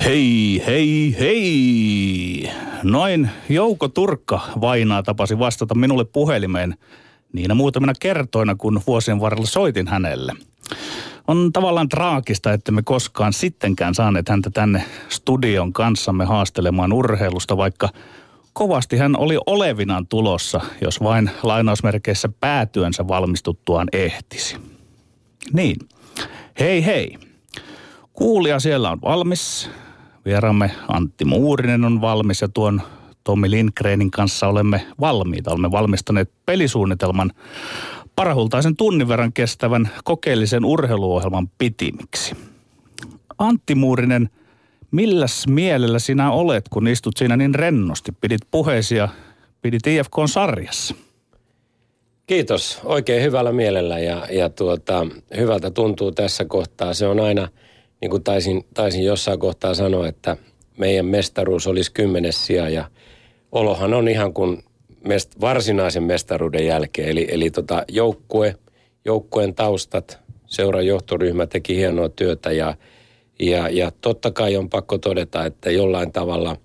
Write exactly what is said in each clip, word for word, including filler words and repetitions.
Hei, hei, hei. Noin Jouko Turkka Vainaa tapasi vastata minulle puhelimeen niinä muutamina kertoina, kun vuosien varrella soitin hänelle. On tavallaan traagista, että me koskaan sittenkään saaneet häntä tänne studion kanssamme haastelemaan urheilusta, vaikka kovasti hän oli olevinaan tulossa, jos vain lainausmerkeissä päätyönsä valmistuttuaan ehtisi. Niin, hei hei. Kuulija siellä on valmis. Vieraamme Antti Muurinen on valmis ja tuon Tommi Lindgrenin kanssa olemme valmiita. Olemme valmistaneet pelisuunnitelman parahultaisen tunnin verran kestävän kokeellisen urheiluohjelman pitimiksi. Antti Muurinen, milläs mielellä sinä olet, kun istut siinä niin rennosti? Pidit puheesi ja pidit I F K:n sarjassa. Kiitos. Oikein hyvällä mielellä ja, ja tuota, hyvältä tuntuu tässä kohtaa. Se on aina, niin kuin taisin, taisin jossain kohtaa sanoa, että meidän mestaruus olisi kymmenes sija ja olohan on ihan kuin mest, varsinaisen mestaruuden jälkeen. Eli, eli tota, joukkue, joukkueen taustat, seuran johtoryhmä teki hienoa työtä ja, ja, ja totta kai on pakko todeta, että jollain tavalla,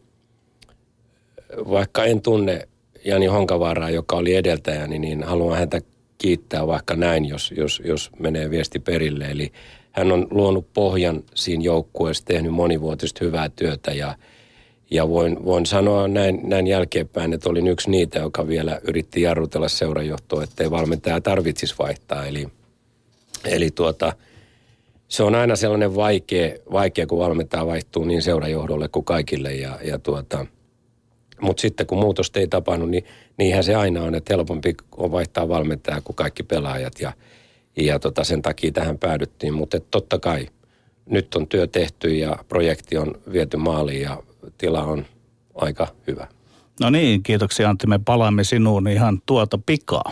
vaikka en tunne Jani Honkavaaraa, joka oli edeltäjäni, niin haluan häntä kiittää vaikka näin, jos, jos, jos menee viesti perille. Eli hän on luonut pohjan siinä joukkueessa, tehnyt monivuotista hyvää työtä ja, ja voin, voin sanoa näin, näin jälkeenpäin, että olin yksi niitä, joka vielä yritti jarrutella seurajohtoa, ettei valmentaja tarvitsisi vaihtaa. Eli, eli tuota, se on aina sellainen vaikea, vaikea, kun valmentaja vaihtuu niin seurajohdolle kuin kaikille ja, ja tuota... Mutta sitten kun muutosta ei tapahdu, niin niinhän se aina on, että helpompi on vaihtaa valmentajaa kuin kaikki pelaajat. Ja, ja tota, sen takia tähän päädyttiin. Mutta totta kai nyt on työ tehty ja projekti on viety maaliin ja tila on aika hyvä. No niin, kiitoksia Antti. Me palaamme sinuun ihan tuota pikaa.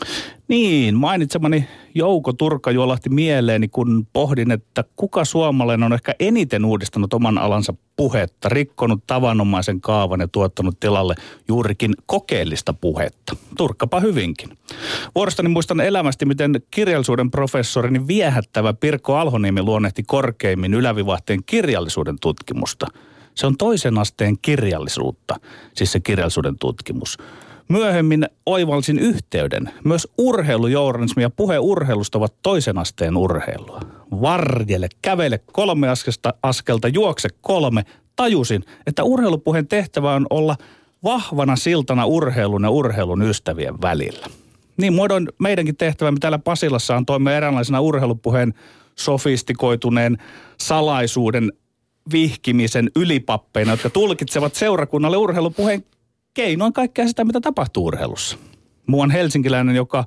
Niin, mainitsemani Jouko Turkka juolahti mieleeni, kun pohdin, että kuka suomalainen on ehkä eniten uudistanut oman alansa puhetta, rikkonut tavanomaisen kaavan ja tuottanut tilalle juurikin kokeellista puhetta. Turkkapa hyvinkin. Vuorostani muistan elämästi, miten kirjallisuuden professorini viehättävä Pirkko Alhoniemi luonnehti korkeimmin ylävivahteen kirjallisuuden tutkimusta. Se on toisen asteen kirjallisuutta, siis se kirjallisuuden tutkimus. Myöhemmin oivalsin yhteyden. Myös urheilujournalismi ja puhe urheilusta ovat toisen asteen urheilua. Varjele, kävele kolme askelta, askelta, juokse kolme. Tajusin, että urheilupuheen tehtävä on olla vahvana siltana urheilun ja urheilun ystävien välillä. Niin muodoin meidänkin tehtävämme täällä Pasilassa on toimia eräänlaisena urheilupuheen sofistikoituneen salaisuuden vihkimisen ylipappeina, jotka tulkitsevat seurakunnalle urheilupuheen keinoin kaikkea sitä, mitä tapahtuu urheilussa. Muuan helsinkiläinen, joka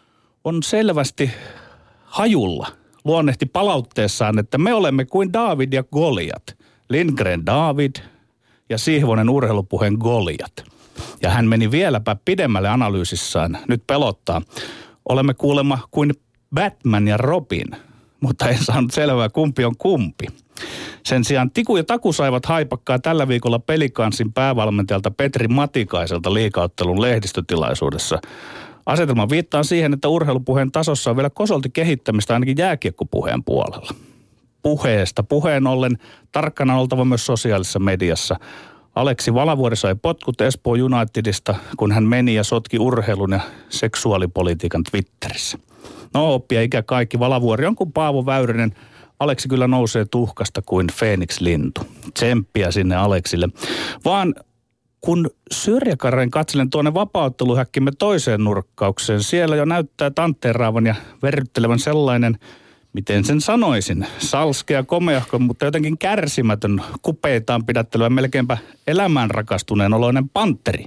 on selvästi hajulla, luonnehti palautteessaan, että me olemme kuin David ja Goliat. Lindgren David ja Sihvonen urheilupuheen Goliat. Ja hän meni vieläpä pidemmälle analyysissaan. Nyt pelottaa. Olemme kuulemma kuin Batman ja Robin, mutta en saanut selvää, kumpi on kumpi. Sen sijaan Tiku ja Taku saivat haipakkaa tällä viikolla Pelikansin päävalmentajalta Petri Matikaiselta liigaottelun lehdistötilaisuudessa. Asetelma viittaa siihen, että urheilupuheen tasossa on vielä kosolti kehittämistä ainakin jääkiekkopuheen puolella. Puheesta puheen ollen tarkkana oltava myös sosiaalisessa mediassa. Aleksi Valavuori sai potkut Espoo Unitedista, kun hän meni ja sotki urheilun ja seksuaalipolitiikan Twitterissä. No oppia ikä kaikki. Valavuori on kuin Paavo Väyrynen. Aleksi kyllä nousee tuhkasta kuin Phoenix-lintu. Tsemppiä sinne Aleksille. Vaan kun syrjäkareen katselen tuonne vapautteluhäkkimme toiseen nurkkaukseen, siellä jo näyttää tanteeraavan ja verryttelevän sellainen, miten sen sanoisin, salskea, komeahko, mutta jotenkin kärsimätön, kupeitaan pidättelevä, melkeinpä elämään rakastuneen oloinen pantteri.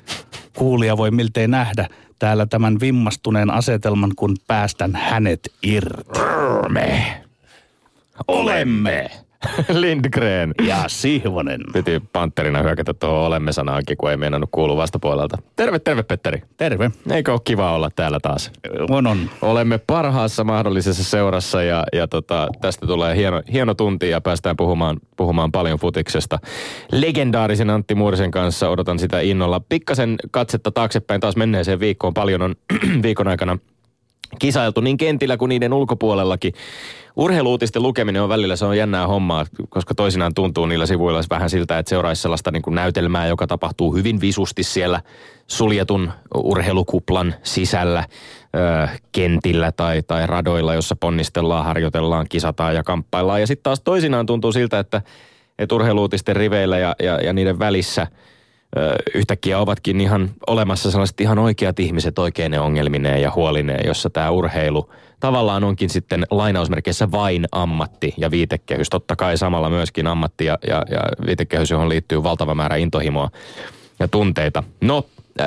Kuulija voi miltei nähdä täällä tämän vimmastuneen asetelman, kun päästän hänet irti. Me olemme Lindgren ja Sihvonen. Piti pantterina hyökätä tuohon olemme sanaankin, kun ei meinannut kuulua vastapuolelta. Terve, terve Petteri. Terve. Eikö ole kiva olla täällä taas? On, on. Olemme parhaassa mahdollisessa seurassa ja, ja tota, tästä tulee hieno, hieno tunti ja päästään puhumaan, puhumaan paljon futiksesta. Legendaarisen Antti Muurisen kanssa odotan sitä innolla. Pikkasen katsetta taaksepäin taas menneeseen viikkoon. Paljon on viikon aikana kisailtu niin kentillä kuin niiden ulkopuolellakin. Urheiluutisten lukeminen on välillä, se on jännää hommaa, koska toisinaan tuntuu niillä sivuilla vähän siltä, että seuraisi sellaista niin kuin näytelmää, joka tapahtuu hyvin visusti siellä suljetun urheilukuplan sisällä, ö, kentillä tai, tai radoilla, jossa ponnistellaan, harjoitellaan, kisataan ja kamppaillaan. Ja sitten taas toisinaan tuntuu siltä, että, että urheiluutisten riveillä ja, ja, ja niiden välissä ö, yhtäkkiä ovatkin ihan olemassa sellaiset ihan oikeat ihmiset oikeine ongelmineen ja huolineen, jossa tämä urheilu tavallaan onkin sitten lainausmerkeissä vain ammatti ja viitekehys. Totta kai samalla myöskin ammatti ja, ja, ja viitekehys, johon liittyy valtava määrä intohimoa ja tunteita. No,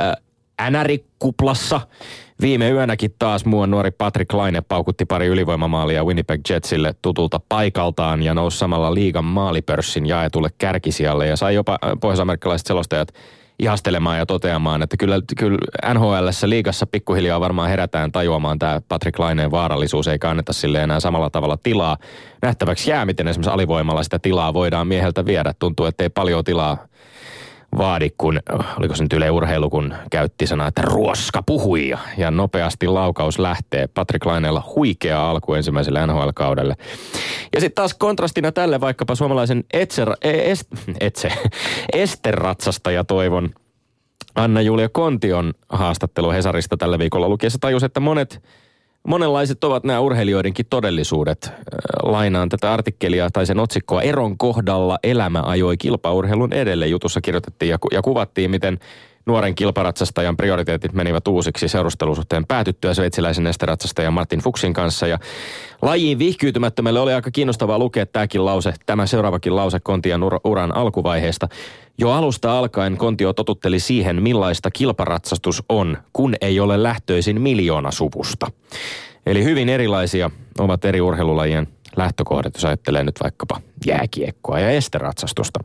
äh, N R-kuplassa viime yönäkin taas muun nuori Patrick Laine paukutti pari ylivoimamaalia Winnipeg Jetsille tutulta paikaltaan ja nousi samalla liigan maalipörssin jaetulle kärkisijalle ja sai jopa pohjois-amerikkalaiset selostajat ihastelemaan ja toteamaan, että kyllä, kyllä N H L:ssä liigassa pikkuhiljaa varmaan herätään tajuamaan tämä Patrick Laineen vaarallisuus, eikä anneta sille enää samalla tavalla tilaa. Nähtäväksi jää, miten esimerkiksi alivoimalla sitä tilaa voidaan mieheltä viedä. Tuntuu, että ei paljon tilaa vaadi, kun, oliko se nyt Yle Urheilu, kun käytti sanaa, että ruoska puhui ja, ja nopeasti laukaus lähtee. Patrick Laineella huikea alku ensimmäiselle N H L-kaudelle. Ja sitten taas kontrastina tälle vaikkapa suomalaisen Etser, est, etse, Ester-ratsastaja toivon Anna-Julia Kontion haastattelu Hesarista tällä viikolla lukiessa tajus, että monet monenlaiset ovat nämä urheilijoidenkin todellisuudet. Lainaan tätä artikkelia tai sen otsikkoa Eron kohdalla elämä ajoi kilpaurheilun edelle. Jutussa kirjoitettiin ja, ku- ja kuvattiin, miten nuoren kilparatsastajan prioriteetit menivät uusiksi seurustelusuhteen päätyttyä sveitsiläisen esteratsastajan Martin Fuchsin kanssa. Ja lajiin vihkyytymättömälle oli aika kiinnostavaa lukea tämäkin lause, tämä seuraavakin lause Kontion ur- uran alkuvaiheesta. Jo alusta alkaen Kontio totutteli siihen, millaista kilparatsastus on, kun ei ole lähtöisin miljoonasuvusta. Eli hyvin erilaisia ovat eri urheilulajien lähtökohdat, jos ajattelee nyt vaikkapa jääkiekkoa ja esteratsastusta.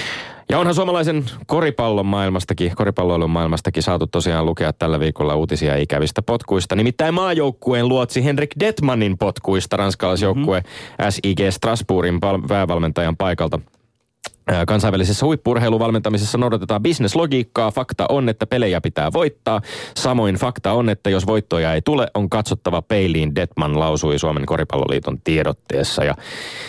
Ja onhan suomalaisen koripallon maailmastakin, koripalloilun maailmastakin saatu tosiaan lukea tällä viikolla uutisia ikävistä potkuista. Nimittäin maajoukkueen luotsi Henrik Detmanin potkuista ranskalaisjoukkue mm-hmm. S I G Strasbourgin päävalmentajan paikalta. Kansainvälisessä huippu-urheiluvalmentamisessa noudatetaan bisneslogiikkaa. Fakta on, että pelejä pitää voittaa. Samoin fakta on, että jos voittoja ei tule, on katsottava peiliin, Detman lausui Suomen koripalloliiton tiedotteessa. Ja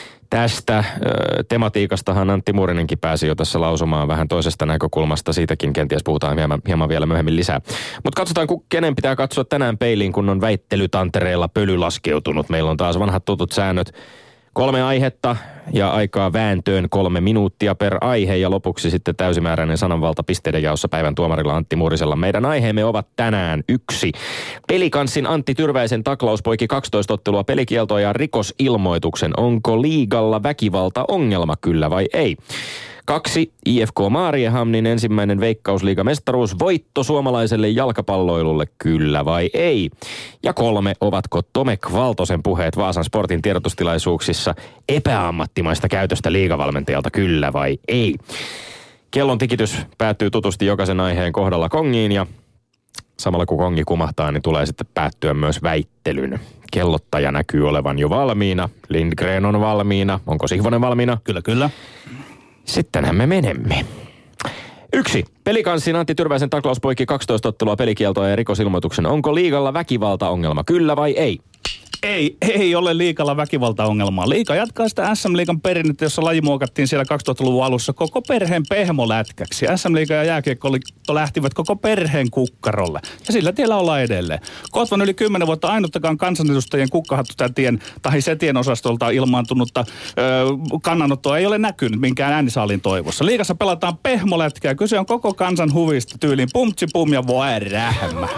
tästä ö, tematiikastahan Antti Muurinenkin pääsi jo tässä lausumaan vähän toisesta näkökulmasta. Siitäkin kenties puhutaan hieman, hieman vielä myöhemmin lisää. Mutta katsotaan, kenen pitää katsoa tänään peiliin, kun on väittelytantereella pöly laskeutunut. Meillä on taas vanhat tutut säännöt. Kolme aihetta ja aikaa vääntöön kolme minuuttia per aihe ja lopuksi sitten täysimääräinen sananvalta pisteiden jaossa päivän tuomarilla Antti Muurisella. Meidän aiheemme ovat tänään yksi. Pelikanssin Antti Tyrväisen taklaus poiki kaksitoista ottelua pelikieltoa ja rikosilmoituksen. Onko liigalla väkivalta ongelma, kyllä vai ei? Kaksi. I F K Maarienhamnin ensimmäinen Veikkausliigamestaruus voitto suomalaiselle jalkapalloilulle, kyllä vai ei? Ja kolme. Ovatko Tomek Valtosen puheet Vaasan Sportin tiedotustilaisuuksissa epäammattimaista käytöstä liigavalmentajalta, kyllä vai ei? Kellon tikitys päättyy tutusti jokaisen aiheen kohdalla kongiin ja samalla kun kongi kumahtaa, niin tulee sitten päättyä myös väittelyn. Kellottaja näkyy olevan jo valmiina. Lindgren on valmiina. Onko Sihvonen valmiina? Kyllä, kyllä. Sittenhän me menemme. Yksi. Pelikanssin Antti Tyrväisen taklaus poikki kaksitoista ottelua pelikieltoa ja rikosilmoituksen. Onko liigalla väkivaltaongelma, kyllä vai ei? Ei, ei ole liigalla väkivaltaongelmaa. Liiga jatkaa sitä S M-liigan perinnettä, jossa laji muokattiin siellä kaksituhattaluvun alussa koko perheen pehmolätkäksi. S M-liiga ja jääkiekko lähtivät koko perheen kukkarolle. Ja sillä tiellä ollaan edelleen. Kotvan yli kymmenen vuotta ainuttakaan kansanedustajien kukkahattutätien tai setien osastolta ilmaantunutta ö, kannanottoa ei ole näkynyt minkään äänisaalin toivossa. Liigassa pelataan pehmolätkää. Kyse on koko kansan huvista tyyliin pumtsi pum ja voi rähmä.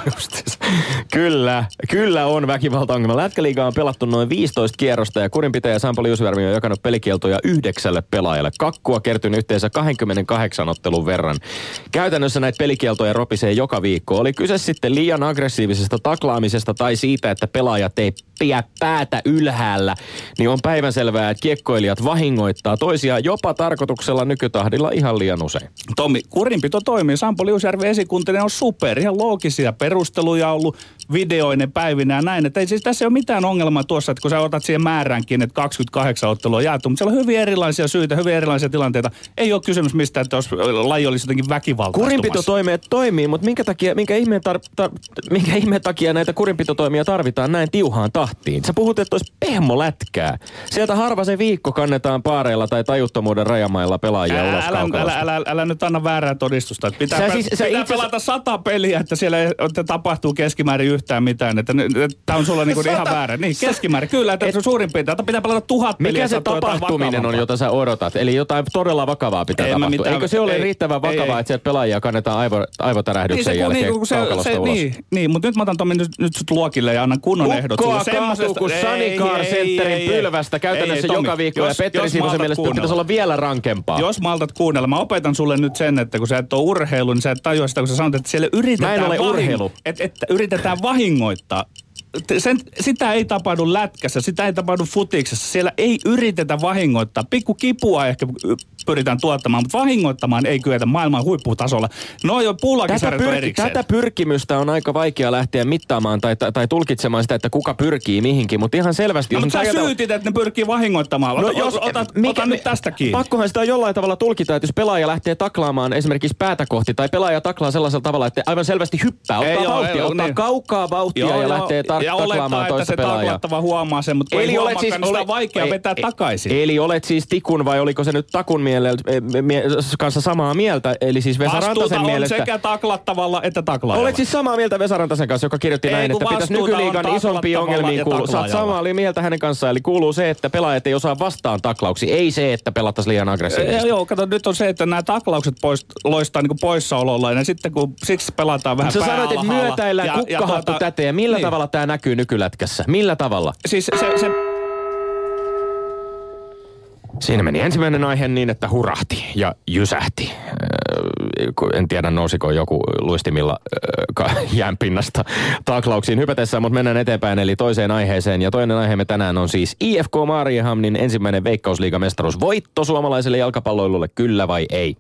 Kyllä, kyllä on väkivaltaongelma. Lätkäliiga on pelattu noin viisitoista kierrosta ja kurinpitäjä Sampo Liusjärvi on jakanut pelikieltoja yhdeksälle pelaajalle. Kakkua kertynyt yhteensä kaksikymmentäkahdeksan ottelun verran. Käytännössä näitä pelikieltoja ropisee joka viikko. Oli kyse sitten liian aggressiivisesta taklaamisesta tai siitä, että pelaajat ei pidä päätä ylhäällä, niin on päivänselvää, että kiekkoilijat vahingoittaa toisiaan jopa tarkoituksella nykytahdilla ihan liian usein. Tommi, kurinpito toimii. Sampo Liusjärvi esikuntinen on super. Ihan loogisia perusteluja ollut videoinen päivinä ja näin. Että ei siis tässä ei ole mitään mitään ongelmaa tuossa, että kun sä otat siihen määräänkin, että kaksikymmentäkahdeksan ottelua on jaettu, mutta siellä on hyvin erilaisia syitä, hyvin erilaisia tilanteita. Ei ole kysymys mistään, että jos laji olisi jotenkin väkivaltaistumassa. Kurinpitotoimet toimii, mutta minkä takia, minkä ihmeen, tar- tar- minkä ihmeen takia näitä kurinpitotoimia tarvitaan näin tiuhaan tahtiin? Sä puhut, että olisi pehmolätkää. Sieltä harva se viikko kannetaan paareilla tai tajuttomuuden rajamailla pelaajia älä, ulos älä, kaukalasta. älä, älä, älä nyt anna väärää todistusta. Että pitää Sä pe- siis- sä pitää itse- pelata sata peliä, että siellä ei, että tapahtuu keskimäärin yhtään mitään. Että tämä on sulla niinku ihan väärä. Niin, keskimäärin. Kyllä, että se on suurin piirtein. Että pitää pelata tuhat peliä. Mikä se että jotain tapahtuminen on, vakavampaa. jota sä odotat? Eli jotain todella vakavaa pitää Ei mä tapahtua. mitään- Eikö se ole ei- riittävän ei- vakavaa, ei. että sieltä pelaajia kannetaan aivo, aivotärähdyksen Niin, jälkeen kun se, kaukalosta se, ulos? niin, niin, mutta nyt mä otan Tommi nyt, nyt sut luokille ja annan kunnon ehdot. Kukkoa sulle kaatuu kuin Ei, Sunny Car ei, Centerin ei, ei, pylvästä käytännössä ei, ei, joka Tommi, viikko. Ja jos- Petteri jos Siivosen maltat mielestä kuunnella. pitäisi olla vielä rankempaa. Jos maltat kuunnella, mä opetan sulle nyt sen, että kun sä et ole urheilu, niin sä et tajua sitä, kun sä sanot, että siellä yritetään, Mä en ole urheilu. Että, että yritetään vahingoittaa. Sen, sitä ei tapahdu lätkässä, sitä ei tapahdu futiksessa. Siellä ei yritetä vahingoittaa. Pikku kipua ehkä pyritään tuottamaan, mutta vahingoittamaan ei kyetä maailman huipputasolla. No jo puulakisarjat on erikseen. Tätä pyrkimystä on aika vaikea lähteä mittaamaan tai, tai, tai tulkitsemaan sitä, että kuka pyrkii mihinkin, mutta ihan selvästi... No, jos mutta sä ajatella- syytit, että ne pyrkii vahingoittamaan. No No, jos, ota, mikä, ota nyt tästä kiinni. Pakkohan sitä on jollain tavalla tulkita, että jos pelaaja lähtee taklaamaan esimerkiksi päätä kohti, tai pelaaja taklaa sellaisella tavalla, että aivan selvästi hyppää, ottaa Ei, joo, vauhtia, ei, ottaa niin. kaukaa vauhtia Joo, ja joo, lähtee tar- ja taklaamaan olettaa, että toista se pelaajaa. taklattava huomaa sen, mutta kun ei huomaakaan, niin sitä on vaikea ei, vetää ei, takaisin. Eli olet siis Tikun vai oliko se nyt Takun miele, mie, kanssa samaa mieltä, eli siis Vesa Vastuuta Rantasen on mielestä... sekä taklattavalla että taklaajalla. Olet siis samaa mieltä Vesa Rantasen kanssa, joka kirjoitti Ei, näin, kun että pitäisi vastuuta on nykyliigan isompiin taklattavalla ongelmiin ja kuuluu. Sä oot taklaajalla. samaa mieltä hänen kanssaan, eli kuuluu se, että pelaajat ei osaa vastaan taklauksia. Ei se, että pelattaisiin liian aggressiivisesti. Joo, kato, nyt on se, että nämä taklaukset pois, loistaa niin poissaololla, ja sitten kun siksi pelataan vähän Sä pää sanoit, että alhaalla myötäillään ja- ja kukkahattu tuota- täteen. Millä niin. tavalla tämä näkyy nykylätkässä? Millä tavalla? Siis se, se, Siinä meni ensimmäinen aihe niin, että hurahti ja jysähti. Öö, En tiedä, nousiko joku luistimilla öö, jään pinnasta taklauksiin hypätessään, mutta mennään eteenpäin eli toiseen aiheeseen. Ja toinen aiheemme tänään on siis I F K Mariehamnin ensimmäinen Veikkausliigamestaruus. Voitto suomalaiselle jalkapalloilulle, kyllä vai ei?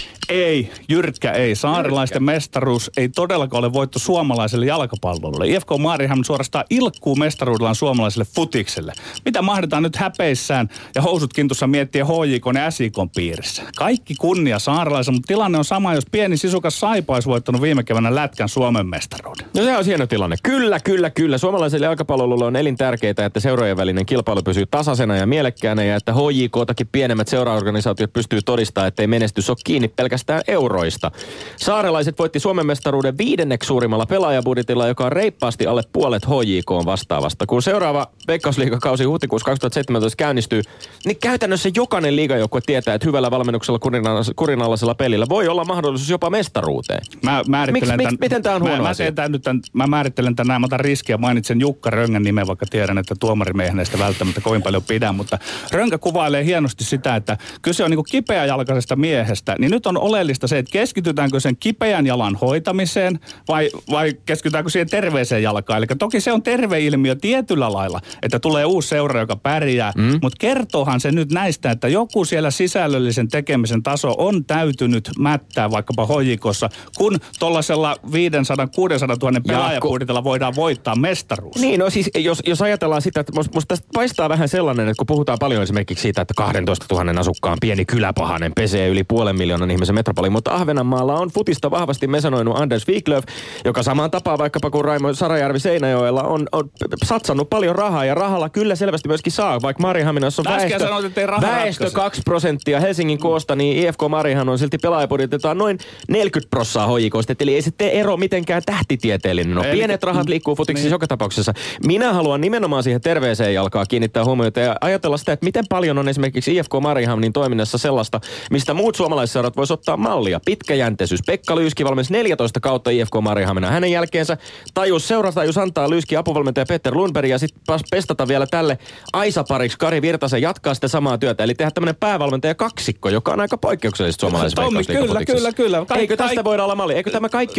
Ei, jyrkkä ei. Saarilaisten mestaruus ei todellakaan ole voitto suomalaiselle jalkapallolle. I F K Mariehamn suorastaan ilkkuu mestaruudellaan suomalaiselle futikselle. Mitä mahdetaan nyt häpeissään ja housut kintussa miettiä H J K:n ja S I K:n piirissä? Kaikki kunnia saarilaiselle, mutta tilanne on sama, jos pieni sisukas Saipa olisi voittanut viime keväänä lätkän Suomen mestaruuden. No se on hieno tilanne. Kyllä, kyllä, kyllä. Suomalaiselle jalkapallolle on elintärkeää, että seurojen välinen kilpailu pysyy tasaisena ja mielekkäänä ja että H J K:takin pienemmät seuraorganisaatiot pystyy todistamaan, ettei menestys ole kiinni pelkästään euroista. Saarelaiset voitti Suomen mestaruuden viidenneksi suurimmalla pelaajabudjetilla, joka on reippaasti alle puolet H J K:n vastaavasta. Kun seuraava Veikkausliigakausi huhtikuussa kaksituhattaseitsemäntoista käynnistyy, niin käytännössä jokainen liigajoukkue tietää, että hyvällä valmennuksella kurinalais- kurinalaisella pelillä voi olla mahdollisuus jopa mestaruuteen. Mä määrittelen Miks- tämän, miks- miten tää on mä, huono mä, asia? teen tämän nyt tämän, mä määrittelen tämän näin, mä otan riskiä, mainitsen Jukka Röngän nimen, vaikka tiedän, että tuomarimiehenä sitä välttämättä kovin paljon pidän, mutta Rönkä kuvailee hienosti sitä, että kyse on niin kuin kipeäjalkaisesta miehestä, niin nyt on oleellista se, että keskitytäänkö sen kipeän jalan hoitamiseen vai, vai keskitytäänkö siihen terveeseen jalkaan. Eli toki se on terve ilmiö tietyllä lailla, että tulee uusi seura, joka pärjää, mm. mutta kertoohan se nyt näistä, että joku siellä sisällöllisen tekemisen taso on täytynyt mättää vaikkapa H J K:ssa, kun tuollaisella viisisataa kuusisataa tuhatta pelaajapudjetilla voidaan voittaa mestaruus. Niin, no siis jos, jos ajatellaan sitä, että musta musta tästä paistaa vähän sellainen, että kun puhutaan paljon esimerkiksi siitä, että kaksitoistatuhatta asukkaan pieni kyläpahanen pesee yli puolen miljoonan ihmisen metropoli, mutta Ahvenanmaalla on futista vahvasti mesanoinut Anders Wiklöf, joka samaan tapaan vaikkapa kuin Raimo Sarajärvi Seinäjoella on, on satsannut paljon rahaa ja rahalla kyllä selvästi myöskin saa, vaikka Mariehamnassa on Äsken väestö, sanoit, ettei raha väestö ratkaise. kaksi prosenttia Helsingin koosta, niin I F K Mariehamn on silti pelaajapudjetetaan noin neljäkymmentä prosenttia H J K:sta, eli ei se tee ero mitenkään tähtitieteellinen. No, Eli- pienet rahat liikkuu futiksissa niin. joka tapauksessa. Minä haluan nimenomaan siihen terveeseen jalkaan kiinnittää huomiota ja ajatella sitä, että miten paljon on esimerkiksi I F K Mariehamnin toiminnassa sellaista, mistä muut suomalaisseurat vois ottaa mallia. Pitkäjänteisyys. Pekka Lyyski valmensi neljätoista kautta I F K Mariehamnina. Hänen jälkeensä tajus, seuratajus antaa Lyyski apuvalmentaja Peter Lundberg ja sitten pestata vielä tälle Aisa-pariksi Kari Virtasen jatkaa sitä samaa työtä. Eli tehdä tämmöinen päävalmentaja kaksikko, joka on aika poikkeuksellista suomalaisessa Tommi, kyllä, veikkausliigafutiksessa. kyllä, kyllä. Kaik- Eikö tästä kaik- voida olla malli? Eikö tämä kaikki ole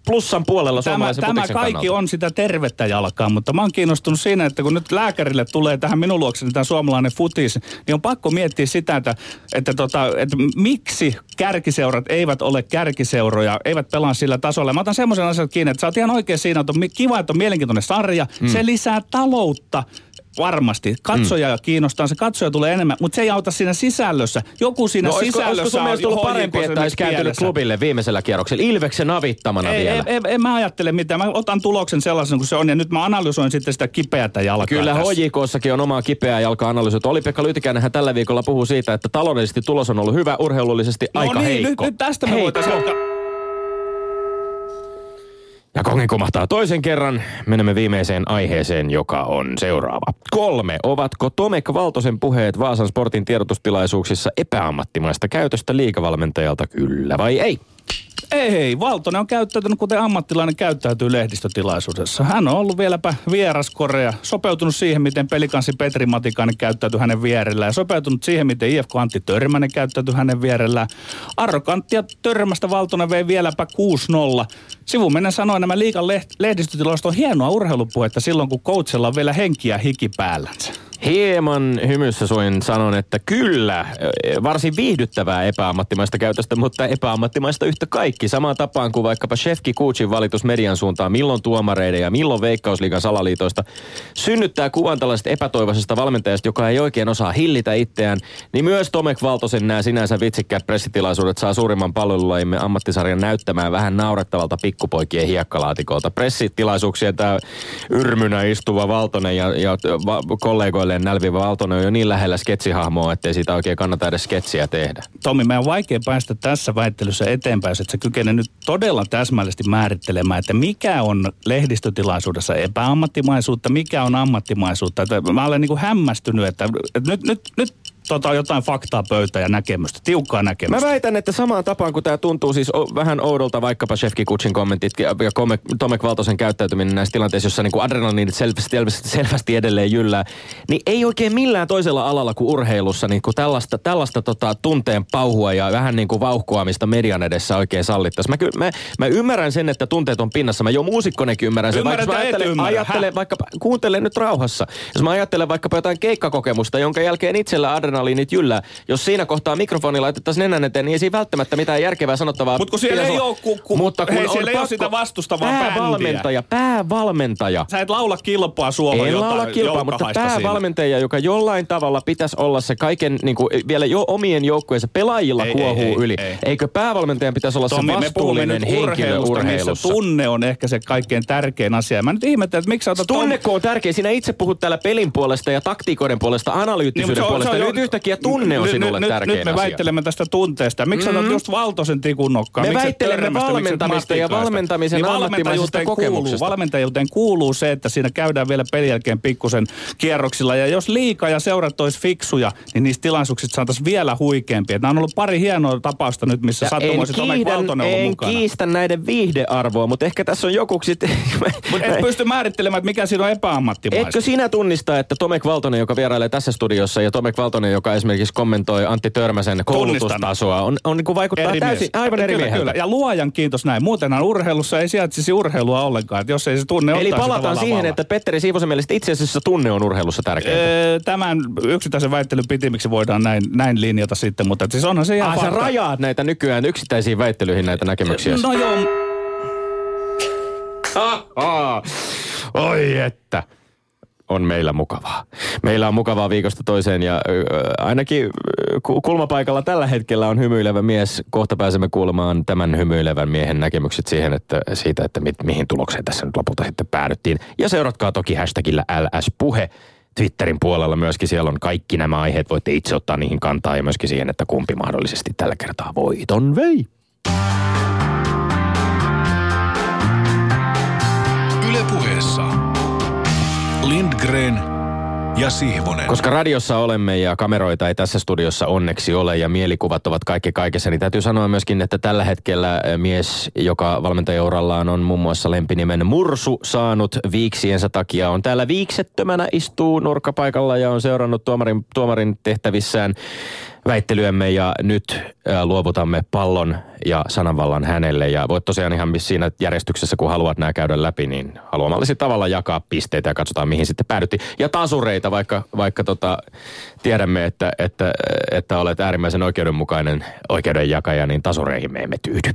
plussan puolella Tämä, suomalaisen tämä futiksen kaikki kannalta. on sitä tervettä jalkaa, mutta mä oon kiinnostunut siinä, että kun nyt lääkärille tulee tähän minun luokseni tämä suomalainen futis, niin on pakko miettiä sitä, että, että, tota, että miksi kärkiseurat eivät ole kärkiseuroja, eivät pelaa sillä tasolla. Mä otan semmoisen asian kiinni, että sä oot ihan oikein siinä, että on kiva, että on mielenkiintoinen sarja, mm. se lisää taloutta. Varmasti. Katsoja mm. kiinnostaa, se katsoja tulee enemmän, mutta se ei auta siinä sisällössä. Joku siinä no, sisällössä olisiko, olisiko sun mielestä ollut parempi, että olisi kääntynyt klubille viimeisellä kierroksella Ilveksen avittamana ei, vielä? Ei, ei, en mä ajattele mitään. Mä otan tuloksen sellaisen kuin se on ja nyt mä analysoin sitten sitä kipeätä jalkaa. Kyllä H J K:ssakin on omaa kipeää jalka-analyysiä. Oli-Pekka Lyytikäinenhän tällä viikolla puhuu siitä, että taloudellisesti tulos on ollut hyvä, urheilullisesti no aika niin, heikko. Nyt, nyt tästä me voitaisiin alkaa. Ja kongi kumahtaa toisen kerran. Menemme viimeiseen aiheeseen, joka on seuraava. Kolme. Ovatko Tomek Valtosen puheet Vaasan Sportin tiedotustilaisuuksissa epäammattimaista käytöstä liigavalmentajalta, kyllä vai ei? Ei, Valtonen on käyttäytynyt kuten ammattilainen käyttäytyy lehdistötilaisuudessa. Hän on ollut vieläpä vieraskorea, sopeutunut siihen, miten pelikanssi Petri Matikainen käyttäytyi hänen vierellään ja sopeutunut siihen, miten I F K Antti Törmänen käyttäytyi hänen vierellään. Arroganttia Törmästä Valtonen vei vieläpä kuusi nolla. Sivumennen sanoi, nämä liigan lehdistötilaisuudet on hienoa urheilupuhetta silloin, kun coachilla on vielä henkiä hiki päällänsä. Hieman hymyssä suin sanon, että kyllä, varsin viihdyttävää epäammattimaista käytöstä, mutta epäammattimaista yhtä kaikki. Samaan tapaan kuin vaikkapa Shefki Kucin valitus median suuntaan, milloin tuomareiden ja milloin Veikkausliigan salaliitoista synnyttää kuvan tällaisesta epätoivoisesta valmentajasta, joka ei oikein osaa hillitä itseään, niin myös Tomek Valtosen nämä sinänsä vitsikkäät pressitilaisuudet saa suurimman palvelulajimme ammattisarjan näyttämään vähän naurettavalta pikkupoikien hiekkalaatikolta. Pressitilaisuuksia tämä yrmynä istuva Valtonen ja, ja va, kollegoille nälvivä Valtonen on jo niin lähellä sketsihahmoa, ettei siitä oikein kannata edes sketsiä tehdä. Tommi, meidän on vaikea päästä tässä väittelyssä eteenpäin, että sä kykene nyt todella täsmällisesti määrittelemään, että mikä on lehdistötilaisuudessa epäammattimaisuutta, mikä on ammattimaisuutta. Että mä olen niin kuin hämmästynyt, että, että nyt, nyt, nyt tota, jotain faktaa pöytä ja näkemystä, tiukkaa näkemystä. Mä väitän, että samaan tapaan kun tämä tuntuu siis o, vähän oudolta, vaikkapa Shefki Kucin kommentit ja Tomek, Tomek Valtosen käyttäytyminen näissä tilanteissa, jossa niin adrenaliinit selvästi, selvästi, selvästi edelleen jyllää, niin ei oikein millään toisella alalla kuin urheilussa niin kuin tällaista, tällaista tota, tunteen pauhua ja vähän niin kuin vauhkoamista median edessä oikein sallittaisi. Mä, mä, mä ymmärrän sen, että tunteet on pinnassa. Mä jo muusikkonenkin ymmärrän sen. Ymmärrät, vaikka mä ajattelen, ajattelen vaikkapa, kuuntele nyt rauhassa. Jos mä ajattelen vaikkapa jotain keikkakokemusta, jonka jälkeen itsellä adrenaliinit jyllää. Jos siinä kohtaa mikrofoni laitettaisiin nenän eteen, niin ei siinä välttämättä mitään järkevää sanottavaa. Mutta kun siellä ei ole, ku, ku, mutta kun hei, on siellä ei ole sitä vastustavaa bändiä. Päävalmentaja, päävalmentaja. Sä et laula kilpaa suohon en laula kilpaa, mutta päävalmentaja, joka jollain tavalla pitäisi olla se kaiken, niin kuin vielä jo omien joukkueensa pelaajilla ei, kuohuu ei, yli. Ei, ei. Eikö päävalmentajan pitäisi olla Tommi, se vastuullinen henkilö urheilussa? Missä tunne on ehkä se kaikkein tärkein asia. Mä nyt ihmettelen, että miksi sä otat... Tunneko on tärkeä. Sinä itse puhut täällä pelin puolesta ja taktiikoiden puolesta, analyyttisyyden niin, puolesta. Nyt yhtäkkiä tunne on sinulle nyt, tärkein nyt me asia. väittelemme tästä tunteesta. Miksi mm. otat just Valtosen tikun nokkaan? Me väittelemme valmentamista ja valmentamisen niin ammattimaisesta kokemuksesta. Valmentajuuteen kuuluu se, että siinä käydään vielä pelin jälkeen pikkusen kierroksilla. Ja jos liiga ja seurat olisi fiksuja, niin niistä tilaisuuksista saataisiin vielä huikeampia. Nämä on ollut pari hienoa tapausta nyt, missä sattumoisin Tomek Valtonen ollut en mukana. En kiistä näiden viihdearvoa, mutta ehkä tässä on joku sitten... Mutta et pysty määrittelemään, että mikä siinä on epäammattimaista. Etkö sinä tunnista, että Tomek Valtonen, joka vierailee tässä studiossa, ja Tomek Valtonen, joka esimerkiksi kommentoi Antti Törmäsen koulutustasoa, on, on niin kuin vaikuttaa eri täysin mies. Aivan eri mieheltä. Kyllä, ja luojan kiitos näin. Muutenhan urheilussa ei sijaitsisi urheilua ollenkaan, että jos ei se tunne Eli ottaisi palataan siihen, valla. Että Petteri Siivosen mielestä itse asiassa tunne on urheilussa tärkeintä. Öö, tämän yksittäisen väittelyn pitimiksi voidaan näin, näin linjata sitten, mutta siis onhan se ihan ah, fakta. Sä rajaat näitä nykyään yksittäisiin väittelyihin näitä näkemyksiä. No joo. Oi että. On meillä mukavaa. Meillä on mukavaa viikosta toiseen ja äh, ainakin kulmapaikalla tällä hetkellä on hymyilevä mies. Kohta pääsemme kuulemaan tämän hymyilevän miehen näkemykset siihen, että siitä, että mi- mihin tulokseen tässä nyt lopulta sitten päädyttiin. Ja seuratkaa toki hashtagillä L S Puhe. Twitterin puolella myöskin siellä on kaikki nämä aiheet. Voitte itse ottaa niihin kantaa ja myöskin siihen, että kumpi mahdollisesti tällä kertaa voiton vei. Yle Puheessa Lindgren ja Sihvonen. Koska radiossa olemme ja kameroita ei tässä studiossa onneksi ole ja mielikuvat ovat kaikki kaikessa, niin täytyy sanoa myöskin, että tällä hetkellä mies, joka valmentajaurallaan on muun muassa lempinimen Mursu saanut viiksiensä takia, on täällä viiksettömänä, istuu nurkkapaikalla ja on seurannut tuomarin, tuomarin tehtävissään väittelyämme ja nyt ää, luovutamme pallon ja sananvallan hänelle. Ja voit tosiaan ihan siinä järjestyksessä, kun haluat nämä käydä läpi, niin haluamallasi tavalla jakaa pisteitä ja katsotaan, mihin sitten päädyttiin. Ja tasureita, vaikka, vaikka tota, tiedämme, että, että, että olet äärimmäisen oikeudenmukainen oikeudenjakaja, niin tasureihin me emme tyydy.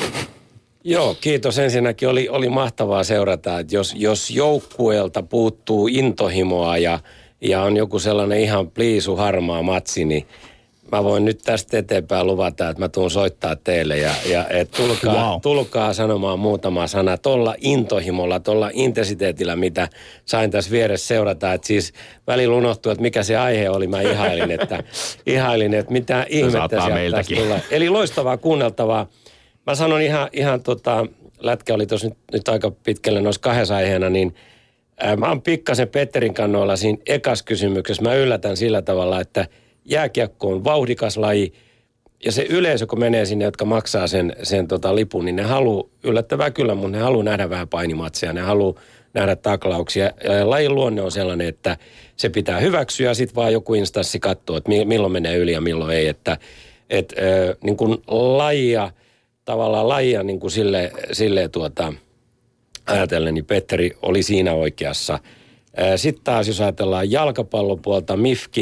Joo, kiitos. Ensinnäkin oli, oli mahtavaa seurata, että jos, jos joukkueelta puuttuu intohimoa ja, ja on joku sellainen ihan pliisu harmaa matsi, niin mä voin nyt tästä eteenpäin luvata, että mä tuun soittaa teille ja, ja et tulkaa, wow. tulkaa sanomaan muutama sana tuolla intohimolla, tuolla intensiteetillä, mitä sain tässä vieressä seurata. Että siis välillä unohtuu, että mikä se aihe oli. Mä ihailin, että, ihailin, että mitä ihmettä sieltä tästä tulee. Eli loistavaa kuunneltavaa. Mä sanon ihan, ihan tota, lätkä oli tuossa nyt, nyt aika pitkälle noissa kahdessa aiheena, niin ää, mä oon pikkasen Petterin kannoilla siinä ekas kysymyksessä. Mä yllätän sillä tavalla, että jääkiekko on vauhdikas laji ja se yleisö, kun menee sinne, jotka maksaa sen, sen tota lipun, niin ne haluaa, yllättävää kyllä, mutta ne haluaa nähdä vähän painimatseja, ne haluaa nähdä taklauksia. Ja lajin luonne on sellainen, että se pitää hyväksyä ja sitten vaan joku instanssi katsoo, että milloin menee yli ja milloin ei. Että et, äh, niin kuin lajia, tavallaan lajia niin kuin sille, sille tuota, ajatellen, niin Petteri oli siinä oikeassa. Äh, sitten taas, jos ajatellaan jalkapallopuolta, M I F K,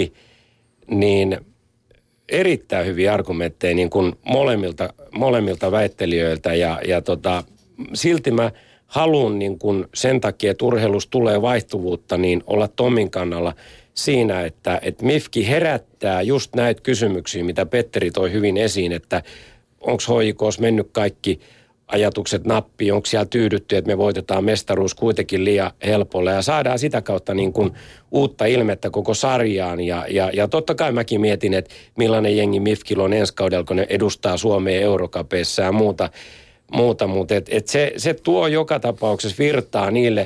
niin erittäin hyviä argumentteja niin kuin molemmilta, molemmilta väittelijöiltä ja, ja tota, silti mä haluan niin kuin sen takia, että urheilussa tulee vaihtuvuutta, niin olla Tomin kannalla siinä, että, että M I F K herättää just näitä kysymyksiä, mitä Petteri toi hyvin esiin, että onko H J K:ssa mennyt kaikki ajatukset nappiin, onko siellä tyydytty, että me voitetaan mestaruus kuitenkin liian helpolla ja saadaan sitä kautta niin kuin uutta ilmettä koko sarjaan. Ja, ja, ja totta kai mäkin mietin, että millainen jengi M I F K:llä on ensi kaudella, kun ne edustaa Suomea Eurocapeissa ja muuta, muuta mutta et, et se, se tuo joka tapauksessa virtaa niille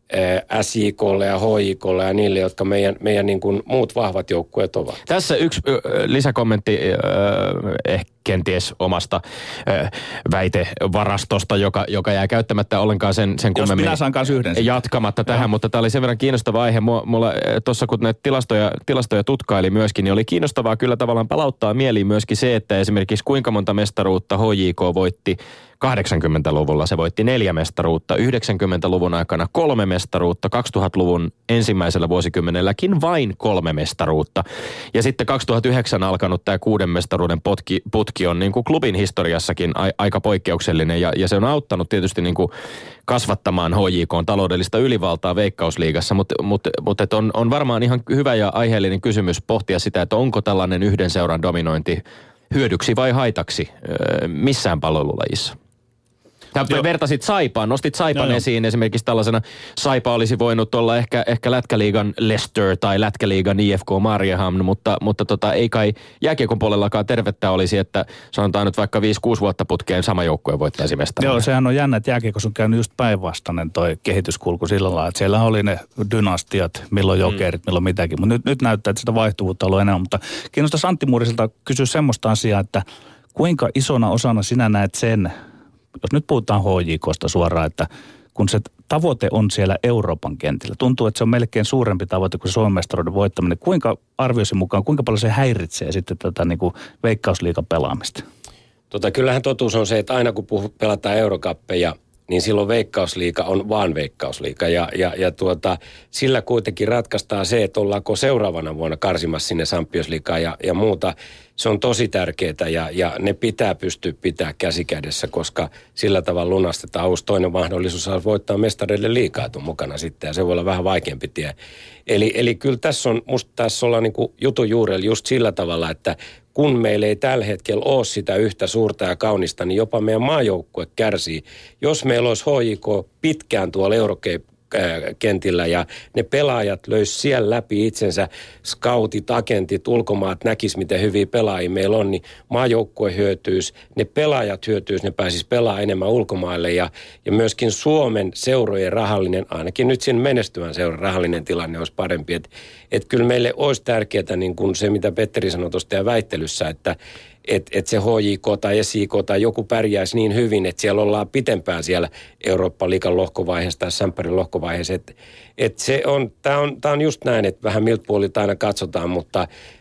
S J K:lle ja H J K:lle ja niille, jotka meidän, meidän niin kuin muut vahvat joukkueet ovat. Tässä yksi ö, lisäkommentti ö, ehkä kenties omasta ö, väitevarastosta, joka, joka jää käyttämättä ollenkaan sen, sen kummemmin. Jos minä saan kanssa yhden. Jatkamatta tähän, ja. Mutta tämä oli sen verran kiinnostava aihe. Mulla tuossa kun näitä tilastoja, tilastoja tutkaili myöskin, niin oli kiinnostavaa kyllä tavallaan palauttaa mieliin myöskin se, että esimerkiksi kuinka monta mestaruutta H J K voitti kahdeksankymmentäluvulla. Se voitti neljä mestaruutta, yhdeksänkymmentäluvun aikana kolme mestaruutta, kaksituhattaluvun ensimmäisellä vuosikymmenelläkin vain kolme mestaruutta. Ja sitten kaksituhattayhdeksän alkanut tämä kuuden mestaruuden potki, putki on niin kuin klubin historiassakin a, aika poikkeuksellinen ja, ja se on auttanut tietysti niin kuin kasvattamaan H J K:n taloudellista ylivaltaa Veikkausliigassa, mutta, mutta, mutta on, on varmaan ihan hyvä ja aiheellinen kysymys pohtia sitä, että onko tällainen yhden seuran dominointi hyödyksi vai haitaksi öö, missään palvelulajissa. Sä vertasit Saipaan, nostit Saipan no, esiin esimerkiksi tällaisena. Saipa olisi voinut olla ehkä, ehkä Lätkäliigan Leicester tai Lätkäliigan I F K Mariehamn, mutta, mutta tota, ei kai jääkiekon puolellakaan tervettä olisi, että sanotaan nyt vaikka viisi kuusi vuotta putkeen sama joukkue voittaisi mestaruuden. Joo, sehän on jännä, että jääkiekossa on käynyt just päinvastainen toi kehityskulku sillä lailla, että siellä oli ne dynastiat, milloin jokerit, milloin mitäkin, mutta nyt, nyt näyttää, että sitä vaihtuvuutta on ollut enemmän, mutta kiinnostaa Antti Muuriselta kysyä semmoista asiaa, että kuinka isona osana sinä näet sen, jos nyt puhutaan H J K:sta suoraan, että kun se tavoite on siellä Euroopan kentillä, tuntuu, että se on melkein suurempi tavoite kuin Suomen mestaruuden voittaminen. Kuinka arvioisi mukaan, kuinka paljon se häiritsee sitten tätä niin kuin Veikkausliigan pelaamista? Tota, kyllähän totuus on se, että aina kun puh- pelataan Eurocuppeja, niin silloin Veikkausliiga on vaan Veikkausliiga. Ja, ja, ja tuota, sillä kuitenkin ratkaistaan se, että ollaanko seuraavana vuonna karsimassa sinne Champions-liigaan ja, ja muuta. Se on tosi tärkeää ja, ja ne pitää pystyä pitää käsikädessä, koska sillä tavalla lunastetaan uusi toinen mahdollisuus voittaa mestareille liigaa mukana sitten ja se voi olla vähän vaikeampi tie. Eli, eli kyllä tässä on, musta tässä ollaan niin kuin jutun juurella just sillä tavalla, että kun meillä ei tällä hetkellä ole sitä yhtä suurta ja kaunista, niin jopa meidän maajoukkue kärsii. Jos meillä olisi H J K pitkään tuolla Eurokentillä ja ne pelaajat löys siellä läpi itsensä, scoutit, agentit, ulkomaat näkis, miten hyviä pelaajia meillä on, niin maajoukkue hyötyisi, ne pelaajat hyötyisi, ne pääsis pelaamaan enemmän ulkomaille ja, ja myöskin Suomen seurojen rahallinen, ainakin nyt sen menestyvän seuran rahallinen tilanne olisi parempi. Että et kyllä meille olisi tärkeää niin kuin se, mitä Petteri sanoi tuosta ja väittelyssä, että että et se H J K tai S J K tai joku pärjäisi niin hyvin, että siellä ollaan pitempään siellä Eurooppa-liigan lohkovaiheessa tai Sämppärin lohkovaiheessa. Että et se on, tämä on, tää on just näin, että vähän miltä puolilta aina katsotaan, mutta,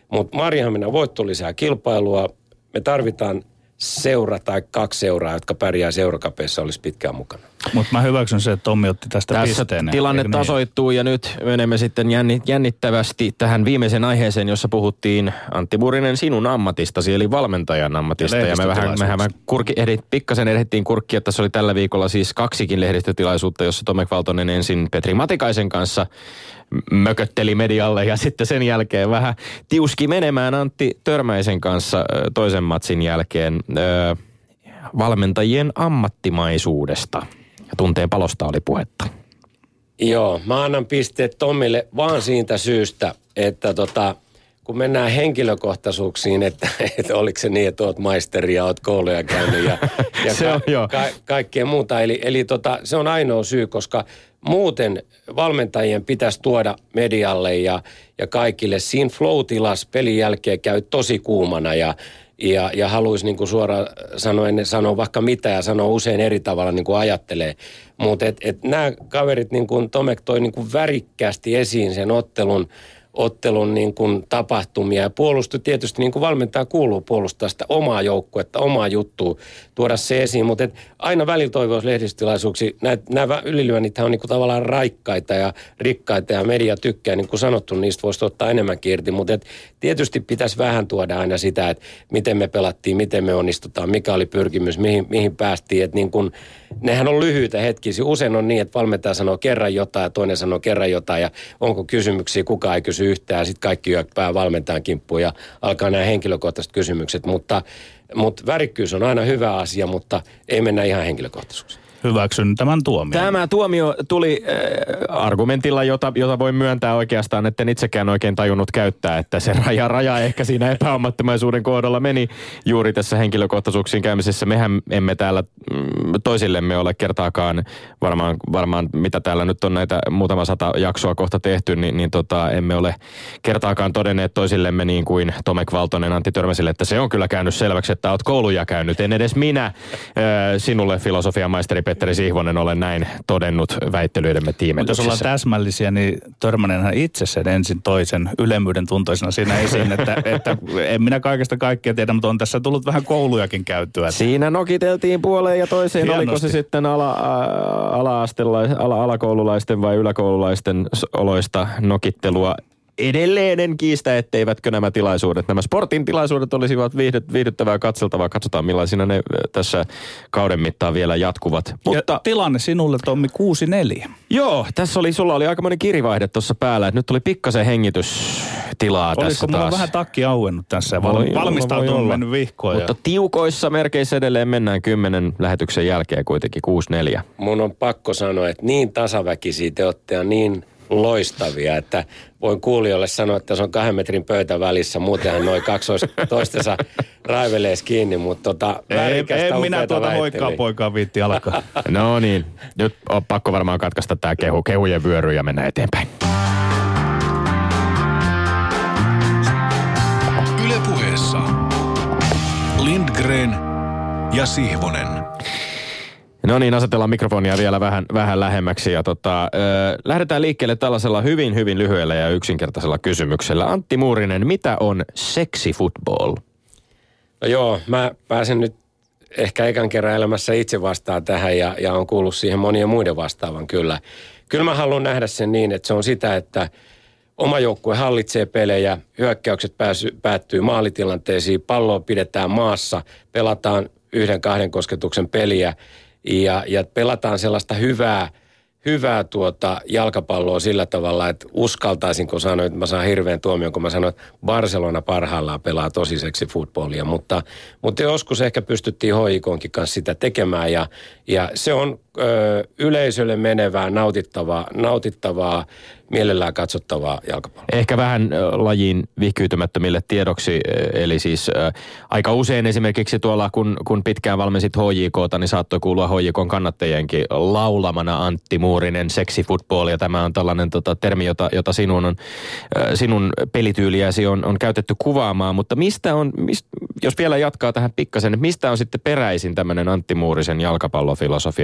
Mutta Maarianhaminan voitto lisää kilpailua. Me tarvitaan seura tai kaksi seuraa, jotka pärjää seurakapeissa, olisi pitkään mukana. Mutta mä hyväksyn se, että Tommi otti tästä Tässä pisteen. tilanne niin? tasoittuu ja nyt menemme sitten jännittävästi tähän viimeiseen aiheeseen, jossa puhuttiin Antti Muurinen sinun ammatistasi, eli valmentajan ammatista. Ja, ja me vähän, mehän kurki, ehdit, pikkasen ehdittiin kurkkia, että tässä oli tällä viikolla siis kaksikin lehdistötilaisuutta, jossa Tomek Valtonen ensin Petri Matikaisen kanssa mökötteli medialle ja sitten sen jälkeen vähän tiuski menemään Antti Törmäisen kanssa toisen matsin jälkeen öö, valmentajien ammattimaisuudesta. Ja tunteen palosta oli puhetta. Joo, mä annan pisteet Tommille vaan siitä syystä, että tota, kun mennään henkilökohtaisuuksiin, että, että oliko se niin, että oot maisteri ja oot kouluja käynyt ja, ja se on, ka- ka- kaikkea muuta. Eli, eli tota, se on ainoa syy, koska muuten valmentajien pitäisi tuoda medialle ja, ja kaikille. Siinä flow-tilassa pelin jälkeen käy tosi kuumana ja Ja, ja haluaisi niin kuin suoraan sanoen sanoa vaikka mitä ja sanoa usein eri tavalla niin kuin ajattelee. Mutta et, et nämä kaverit, niin kuin Tomek toi niin kuin värikkäästi esiin sen ottelun, ottelun niin kuin tapahtumia ja puolustui tietysti niin kuin valmentaja kuuluu puolustaa sitä omaa joukkuetta, omaa juttua, tuoda se esiin. Mutta aina välillä toivoisi lehdistötilaisuuksia. Nämä ylilyönnithän on niin kuin tavallaan raikkaita ja rikkaita ja media tykkää. Niin kuin sanottu, niistä voisi ottaa enemmänkin irti. Mutta tietysti pitäisi vähän tuoda aina sitä, että miten me pelattiin, miten me onnistutaan, mikä oli pyrkimys, mihin, mihin päästiin. Että niin kuin, nehän on lyhyitä hetkisiä. Usein on niin, että valmentaja sanoo kerran jotain ja toinen sanoo kerran jotain ja onko kysymyksiä, kukaan ei kysy yhtään. Sitten kaikki yöppää valmentajan kimppuun ja alkaa nämä henkilökohtaiset kysymykset. Mutta, mutta värikkyys on aina hyvä asia, mutta ei mennä ihan henkilökohtaisuuksiin. Hyväksyn tämän tuomion. Tämä tuomio tuli äh, argumentilla, jota, jota voi myöntää oikeastaan, etten itsekään oikein tajunnut käyttää, että se raja, raja ehkä siinä epäammattimaisuuden kohdalla meni juuri tässä henkilökohtaisuuksiin käymisessä. Mehän emme täällä mm, toisillemme ole kertaakaan, varmaan, varmaan mitä täällä nyt on näitä muutama sata jaksoa kohta tehty, niin, niin tota, emme ole kertaakaan todenneet toisillemme niin kuin Tomek Valtonen Antti Törmäsille, että se on kyllä käynyt selväksi, että olet kouluja käynyt. En edes minä äh, sinulle filosofian maisteri Petteri Sihvonen olen näin todennut väittelyidemme tiimellyksissä. Mutta jos ollaan täsmällisiä, niin Törmänenhän itse sen ensin toisen ylemmyyden tuntoisena siinä esiin, että, että en minä kaikesta kaikkea tiedä, mutta on tässä tullut vähän koulujakin käytyä. Siinä nokiteltiin puoleen ja toiseen. Hienosti. Oliko se sitten ala, ala-astelais- ala, alakoululaisten vai yläkoululaisten oloista nokittelua? Edelleen en kiistä, etteivätkö nämä tilaisuudet, nämä sportin tilaisuudet olisivat viihdyt, viihdyttävää katseltavaa. Katsotaan millaisina ne tässä kauden mittaan vielä jatkuvat. Mutta ja tilanne sinulle, Tommi, kuusi neljä. Joo, tässä oli, sulla oli aikamoinen kirivaihde tuossa päällä, että nyt tuli pikkasen hengitystilaa Olisiko tässä mulla taas. vähän takki auennut tässä ja Voi valmistautunut olla. mennyt vihkoon. Mutta ja... tiukoissa merkeissä edelleen mennään kymmenen lähetyksen jälkeen kuitenkin kuusi neljä. Mun on pakko sanoa, että niin tasaväkisiä te olette ja niin loistavia, että voin kuulijoille sanoa, että se on kahden metrin pöytä välissä. Muutenhan noin kaksi olisi toistensa raivelees kiinni, mutta tota, värikästä En minä upeata tuota väittelyä. moikkaa poikaa viitti alkaa. No niin, nyt on pakko varmaan katkaista tämä kehu, kehujen vyöry ja mennä eteenpäin. Yle Puheessa Lindgren ja Sihvonen. No niin, asetellaan mikrofonia vielä vähän, vähän lähemmäksi ja tota, ö, lähdetään liikkeelle tällaisella hyvin, hyvin lyhyellä ja yksinkertaisella kysymyksellä. Antti Muurinen, mitä on sexy football? No joo, mä pääsen nyt ehkä ekan kerran elämässä itse vastaan tähän ja, ja on kuullut siihen monien muiden vastaavan kyllä. Kyllä mä haluan nähdä sen niin, että se on sitä, että oma joukkue hallitsee pelejä, hyökkäykset pääsy, päättyy maalitilanteisiin, palloa pidetään maassa, pelataan yhden kahden kosketuksen peliä ja, ja pelataan sellaista hyvää, hyvää tuota jalkapalloa sillä tavalla, että uskaltaisinko sanoa, että mä saan hirveän tuomion, kun mä sanoin, että Barcelona parhaillaan pelaa tosi seksi futbollia, mutta, mutta joskus ehkä pystyttiin H I K:nkin kanssa sitä tekemään ja, ja se on ö, yleisölle menevää, nautittavaa, nautittavaa, mielellään katsottavaa jalkapalloa. Ehkä vähän ö, lajiin vihkyytymättömille tiedoksi, ö, eli siis ö, aika usein esimerkiksi tuolla, kun, kun pitkään valmensit H J K:ta, niin saattoi kuulua H J K:n kannattajienkin laulamana Antti Muurinen, sexy football, ja tämä on tällainen tota, termi, jota, jota sinun, on, ö, sinun pelityyliäsi on, on käytetty kuvaamaan, mutta mistä on, mist, jos vielä jatkaa tähän pikkasen, että mistä on sitten peräisin tämmöinen Antti Muurisen jalkapallofilosofia, mistä sä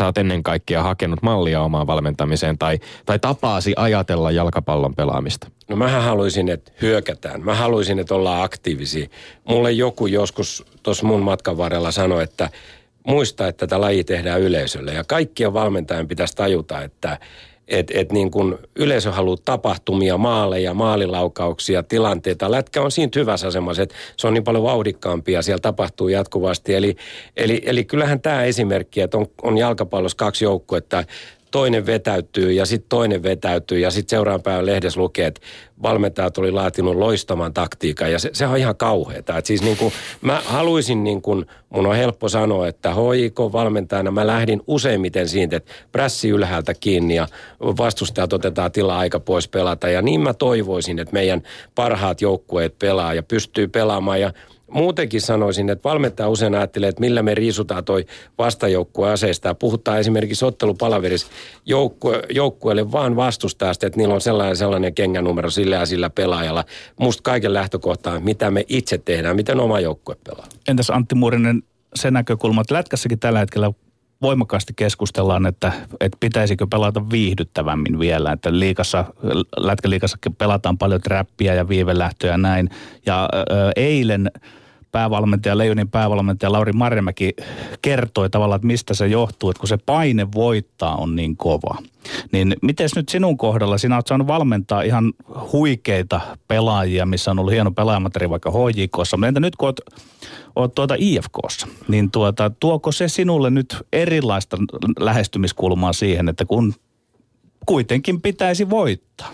sä oot ennen kaikkea hakenut mallia omaan valmentamiseen tai, tai tapaasi ajatella jalkapallon pelaamista? No mähän haluaisin, että hyökätään. Mä haluaisin, että ollaan aktiivisia. Mulle joku joskus tuossa mun matkan varrella sanoi, että muista, että tätä laji tehdään yleisölle. Ja kaikkien valmentajan pitäisi tajuta, että et, et niin kun yleisö haluaa tapahtumia, maaleja, maalilaukauksia, tilanteita. Lätkä on siinä hyvässä asemassa, että se on niin paljon vauhdikkaampia, siellä tapahtuu jatkuvasti. Eli, eli, eli kyllähän tämä esimerkki, että on, on jalkapallossa kaksi joukkuetta, toinen vetäytyy ja sitten toinen vetäytyy ja sitten seuraavan päivän lehdessä lukee, että valmentajat oli laatinut loistavan taktiikan ja se, se on ihan kauheata. Et siis niin kuin, mä haluaisin, niin kuin, mun on helppo sanoa, että H I K-valmentajana mä lähdin useimmiten siitä, että prässi ylhäältä kiinni ja vastustajat otetaan tilaa aika pois pelata. Ja niin mä toivoisin, että meidän parhaat joukkueet pelaa ja pystyy pelaamaan ja muutenkin sanoisin, että valmentaja usein ajattelee, että millä me riisutaan toi vastajoukkue aseista. Ja puhutaan esimerkiksi ottelupalaverissa joukkue, joukkueelle vaan vastustajasta, että niillä on sellainen sellainen kengänumero sillä ja sillä pelaajalla. Musta kaiken lähtökohta on, mitä me itse tehdään, miten oma joukkue pelaa. Entäs Antti Muurinen, se näkökulma, että lätkässäkin tällä hetkellä voimakkaasti keskustellaan, että, että pitäisikö pelata viihdyttävämmin vielä, että liigassa, lätkäliigassa pelataan paljon trappia ja viivelähtöjä ja näin. Ja ö, eilen päävalmentaja, Leijonin päävalmentaja Lauri Marjamäki kertoi tavallaan, että mistä se johtuu, että kun se paine voittaa on niin kova. Niin miten nyt sinun kohdalla, sinä olet saanut valmentaa ihan huikeita pelaajia, missä on ollut hieno pelaajamateri vaikka H J K:ssa, mutta entä nyt kun olet, olet tuota I F K:ssa, niin tuota, tuoko se sinulle nyt erilaista lähestymiskulmaa siihen, että kun kuitenkin pitäisi voittaa?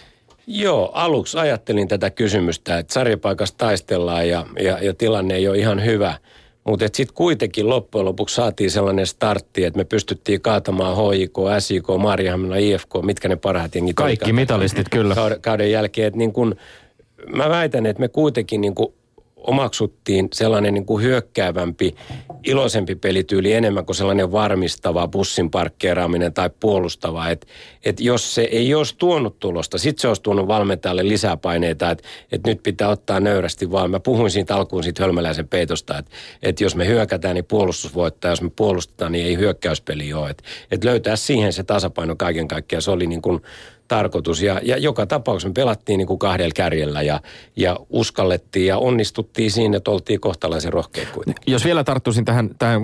Joo, aluksi ajattelin tätä kysymystä, että sarjapaikassa taistellaan ja, ja, ja tilanne ei ole ihan hyvä. Mutta sitten kuitenkin loppujen lopuksi saatiin sellainen startti, että me pystyttiin kaatamaan H I K, S I K, Maarianhamina, I F K, mitkä ne parhaat jengit. Kaikki mitalistit kyllä. Kauden, kauden jälkeen, että niin kun, mä väitän, että me kuitenkin niin kun omaksuttiin sellainen niin kuin hyökkäävämpi, iloisempi pelityyli enemmän kuin sellainen varmistava bussin parkkeeraaminen tai puolustava. Että et jos se ei olisi tuonut tulosta, sitten se olisi tuonut valmentajalle lisäpaineita, että et nyt pitää ottaa nöyrästi vaan. Mä puhuin siitä alkuun siitä hölmäläisen peitosta, että et jos me hyökätään, niin puolustus voittaa. Jos me puolustetaan, niin ei hyökkäyspeli ole. Että et löytää siihen se tasapaino kaiken kaikkiaan. Se oli niin kuin tarkoitus. Ja, ja joka tapauksessa me pelattiin niin kuin kahdella kärjellä ja, ja uskallettiin ja onnistuttiin siinä, että oltiin kohtalaisen rohkeat kuitenkin. Jos vielä tarttuisin tähän, tähän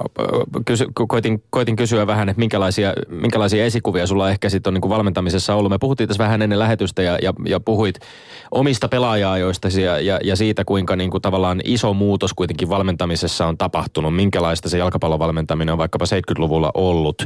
kysy, koitin, koitin kysyä vähän, että minkälaisia, minkälaisia esikuvia sulla ehkä sitten on niin kuin valmentamisessa ollut. Me puhuttiin tässä vähän ennen lähetystä ja, ja, ja puhuit omista pelaaja-ajoistasi ja, ja, ja siitä, kuinka niin kuin tavallaan iso muutos kuitenkin valmentamisessa on tapahtunut. Minkälaista se jalkapallon valmentaminen on vaikkapa seitsemänkymmentäluvulla ollut.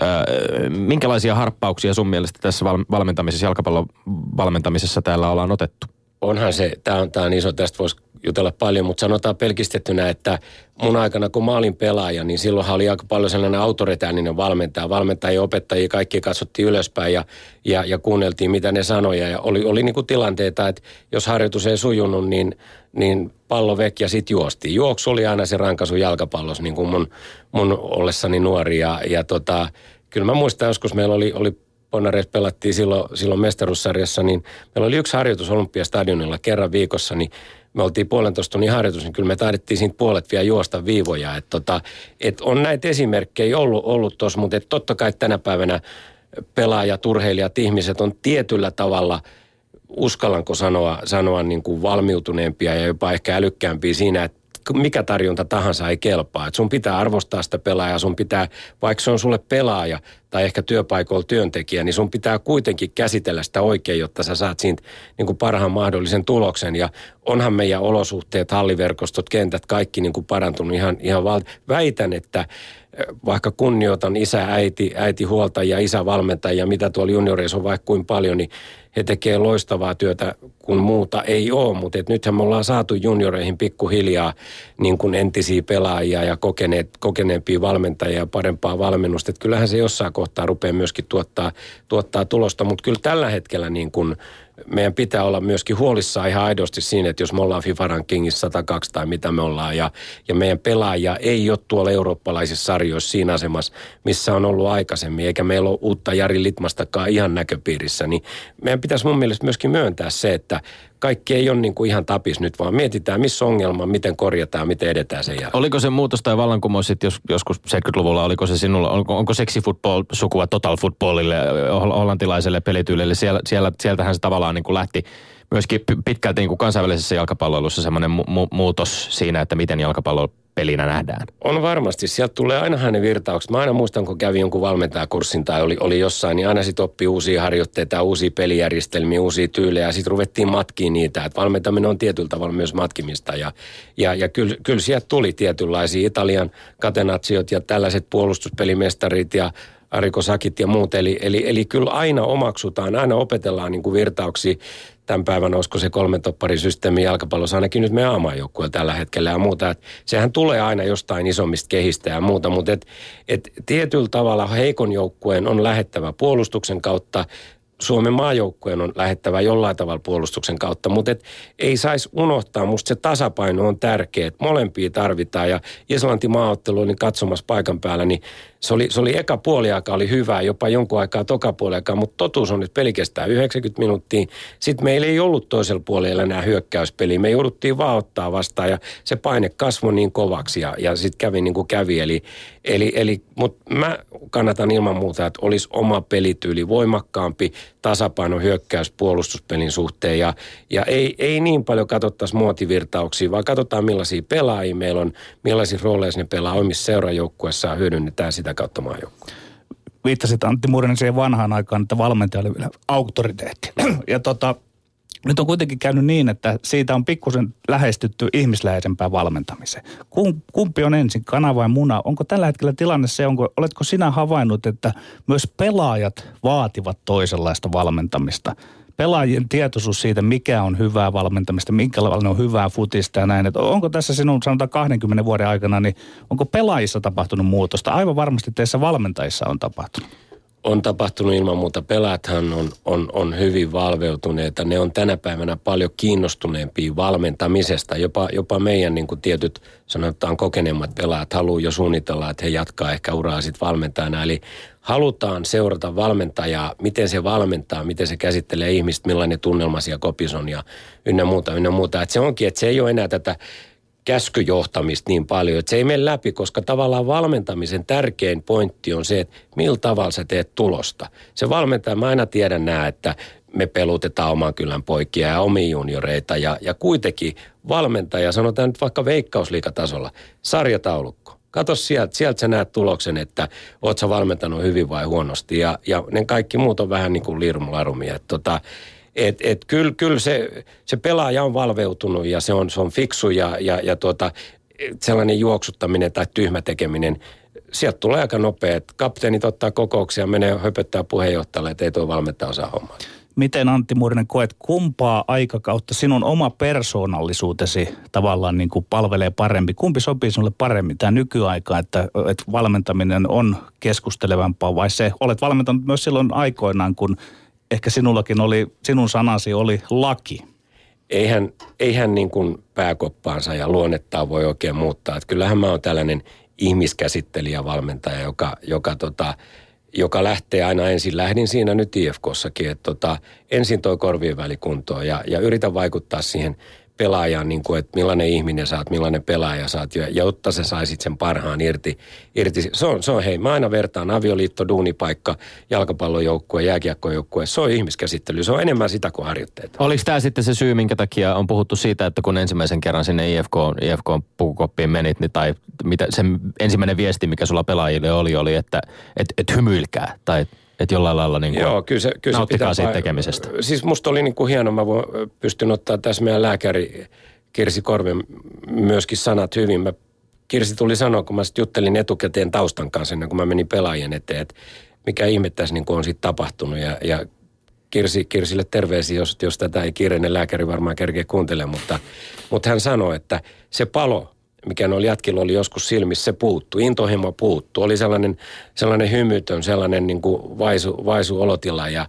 Öö, minkälaisia harppauksia sun mielestä tässä val- valmentamisessa, jalkapallon valmentamisessa täällä ollaan otettu? Onhan se, tämä on, tämä on iso, tästä voisi jutella paljon, mutta sanotaan pelkistettynä, että mun aikana kun mä olin pelaaja, niin silloinhan oli aika paljon sellainen autoritääninen valmentaja. Valmentajia ja opettajia kaikki katsottiin ylöspäin ja, ja, ja kuunneltiin mitä ne sanoja. Ja oli, oli niin kuin tilanteita, että jos harjoitus ei sujunut, niin, niin pallo vek ja sit juostiin. Juoksu oli aina se rankaisu jalkapallossa, niin kuin mun, mun ollessani nuori. Ja, ja tota, kyllä mä muistan joskus meillä oli, oli Ponnareissa pelattiin silloin, silloin mestaruussarjassa, niin meillä oli yksi harjoitus Olympiastadionilla kerran viikossa, niin me oltiin puolentoista tunnin harjoitus, niin kyllä me taidettiin siitä puolet vielä juosta viivoja. Että tota, et on näitä esimerkkejä ollut, ollut tuossa, mutta et totta kai tänä päivänä pelaajat, urheilijat, ihmiset on tietyllä tavalla, uskallanko sanoa, sanoa niin kuin valmiutuneempia ja jopa ehkä älykkäämpiä siinä, että mikä tarjonta tahansa ei kelpaa. Et sun pitää arvostaa sitä pelaajaa, sun pitää, vaikka se on sulle pelaaja tai ehkä työpaikoilla työntekijä, niin sun pitää kuitenkin käsitellä sitä oikein, jotta sä saat siitä niin kuin parhaan mahdollisen tuloksen. Ja onhan meidän olosuhteet, halliverkostot, kentät, kaikki niin kuin parantunut ihan, ihan val... Väitän, että vaikka kunnioitan isä, äiti, äiti huoltajia, isä valmentajia, mitä tuolla junioreissa on vaikka kuin paljon, niin he tekee loistavaa työtä, kun muuta ei ole. Mutta nythän me ollaan saatu junioreihin pikkuhiljaa niin kuin entisiä pelaajia ja kokeneet, kokeneempia valmentajia ja parempaa valmennusta. Et kyllähän se jossain kohtaa rupeaa myöskin tuottaa, tuottaa tulosta, mutta kyllä tällä hetkellä niin kuin meidän pitää olla myöskin huolissaan ihan aidosti siinä, että jos me ollaan FIFA-rankingissa sata kaksi tai mitä me ollaan, ja, ja meidän pelaajia ei ole tuolla eurooppalaisissa sarjoissa siinä asemassa, missä on ollut aikaisemmin, eikä meillä ole uutta Jari Litmastakaan ihan näköpiirissä, niin meidän pitäisi mun mielestä myöskin myöntää se, että kaikki ei ole niin kuin ihan tapis nyt, vaan mietitään, missä ongelma, miten korjataan, miten edetään sen jälkeen. Oliko se muutos tai vallankumous sitten jos, joskus seitsemänkymmentäluvulla, oliko se sinulla, onko, onko seksifootball sukua total footballille, hollantilaiselle pelityylille? Siellä, siellä, sieltähän se tavallaan niin kuin lähti myöskin pitkälti niin kuin kansainvälisessä jalkapalloilussa semmoinen mu- muutos siinä, että miten jalkapallo pelinä nähdään. On varmasti. Sieltä tulee aina ne virtaukset. Mä aina muistan, kun kävin jonkun valmentajakurssin tai oli, oli jossain, niin aina sitten oppii uusia harjoitteita, uusia pelijärjestelmiä, uusia tyylejä. Ja sitten ruvettiin matkiin niitä. Että valmentaminen on tietyllä tavalla myös matkimista. Ja, ja, ja kyllä, kyllä sieltä tuli tietynlaisia Italian Catenaziot ja tällaiset puolustuspelimestarit ja Arrigo Sacchit ja muut. Eli, eli, eli kyllä aina omaksutaan, aina opetellaan niin kuin virtauksia. Tämän päivän olisiko se kolmen topparin systeemi jalkapallossa, ainakin nyt meidän aamajoukkueella tällä hetkellä ja muuta. Et sehän tulee aina jostain isommista kehistä ja muuta, mutta et, et tietyllä tavalla heikon joukkueen on lähettävä puolustuksen kautta. Suomen maajoukkueen on lähettävä jollain tavalla puolustuksen kautta, mutta et ei saisi unohtaa, musta se tasapaino on tärkeä, että molempia tarvitaan ja Islanti maaottelu oli katsomassa paikan päällä, niin se oli, se oli eka puoliaika oli hyvää, jopa jonkun aikaa toka puoliaikaa, mutta totuus on, että peli kestää yhdeksänkymmentä minuuttia. Sitten meillä ei ollut toisella puolella enää hyökkäyspeliä. Me jouduttiin vaan ottaa vastaan ja se paine kasvoi niin kovaksi ja, ja sitten kävi niin kuin kävi. Eli, eli, eli, mutta mä kannatan ilman muuta, että olisi oma pelityyli voimakkaampi, tasapaino hyökkäys puolustuspelin suhteen ja, ja ei, ei niin paljon katsottaisi muotivirtauksia, vaan katsotaan millaisia pelaajia meillä on, millaisia rooleja ne pelaa omissa seurajoukkueissaan, hyödynnetään sitä kautta maajoukkueen. Viittasit Antti Muurinen siihen vanhaan aikaan, että valmentaja oli vielä auktoriteetti. Ja tota, nyt on kuitenkin käynyt niin, että siitä on pikkusen lähestytty ihmisläheisempään valmentamiseen. Kumpi on ensin, kana vai muna? Onko tällä hetkellä tilanne se, onko, oletko sinä havainnut, että myös pelaajat vaativat toisenlaista valmentamista? Pelaajien tietoisuus siitä, mikä on hyvää valmentamista, minkälainen on hyvää futista ja näin. Että onko tässä sinun, sanotaan kahdenkymmenen vuoden aikana, niin onko pelaajissa tapahtunut muutosta? Aivan varmasti teissä valmentajissa on tapahtunut. On tapahtunut ilman muuta. Pelaathan on, on, on hyvin valveutuneita. Ne on tänä päivänä paljon kiinnostuneempia valmentamisesta. Jopa, jopa meidän niin kuin tietyt, sanotaan kokeneemmat pelaajat haluaa jo suunnitella, että he jatkaa ehkä uraa sitten valmentajana. Eli halutaan seurata valmentajaa, miten se valmentaa, miten se käsittelee ihmistä, millainen tunnelma siellä kopissa on ja ynnä muuta, ynnä muuta. Että se onkin, että se ei ole enää tätä käskyjohtamista niin paljon, että se ei mene läpi, koska tavallaan valmentamisen tärkein pointti on se, että millä tavalla sä teet tulosta. Se valmentaja, mä aina tiedän nää, että me pelutetaan oman kylän poikia ja omia junioreita ja, ja kuitenkin valmentaja, sanotaan nyt vaikka veikkausliigatasolla, sarjataulukko. Kato sieltä, sieltä sä näet tuloksen, että oot sä valmentanut hyvin vai huonosti ja, ja ne kaikki muut on vähän niin kuin lirmularumia, että tota, Et, et kyllä, kyllä se, se pelaaja on valveutunut ja se on, se on fiksu ja, ja, ja tuota, sellainen juoksuttaminen tai tyhmä tekeminen, sieltä tulee aika nopea. Et kapteenit ottaa kokouksia, menee höpöttää puheenjohtajalle, että ei tuo valmentaja osaa hommaa. Miten Antti Muurinen koet, kumpaa aikakautta sinun oma persoonallisuutesi tavallaan niin kuin palvelee paremmin? Kumpi sopii sinulle paremmin, tämä nykyaika, että, että valmentaminen on keskustelevampaa vai se? Olet valmentanut myös silloin aikoinaan, kun ehkä sinullakin oli, sinun sanasi oli laki. Eihän, eihän niin kuin pääkoppaansa ja luonnettaan voi oikein muuttaa. Että kyllähän mä oon tällainen ihmiskäsittelijä, valmentaja, joka, joka, tota, joka lähtee aina ensin. Lähdin siinä nyt I F K:ssakin, että tota, ensin toi korvien välikuntoon ja, ja yritän vaikuttaa siihen pelaajaan, niin kuin, että millainen ihminen sä oot, millainen pelaaja sä oot, ja jotta sä saisit sen parhaan irti. irti. Se, on, se on, hei, mä aina vertaan avioliitto, duunipaikka, jalkapallojoukkue, jääkiekkojoukkue, se on ihmiskäsittely, se on enemmän sitä kuin harjoitteita. Oliko tämä sitten se syy, minkä takia on puhuttu siitä, että kun ensimmäisen kerran sinne I F K, I F K-pukukoppiin menit, niin, tai mitä, se ensimmäinen viesti, mikä sulla pelaajille oli, oli, että et, et hymyilkää, tai että jollain lailla niin kuin Joo, kyllä se, kyllä se pitää siitä tekemisestä. Siis musta oli niin kuin hieno, mä voin, pystyn ottaa tässä meidän lääkäri Kirsi Korven myöskin sanat hyvin. Mä, Kirsi tuli sanoa, kun mä sitten juttelin etukäteen taustan kanssa, ennen kuin mä menin pelaajien eteen, että mikä ihme tässä niin kuin on sitten tapahtunut. Ja, ja Kirsi, Kirsille terveisiä, jos, jos tätä ei kiireinen lääkäri varmaan kerkeä kuuntelemaan, mutta, mutta hän sanoi, että se palo, mikä noilla jatkilla oli joskus silmissä, se puuttu, intohimo puuttu. Oli sellainen, sellainen hymytön, sellainen niin kuin vaisu, vaisu olotila ja,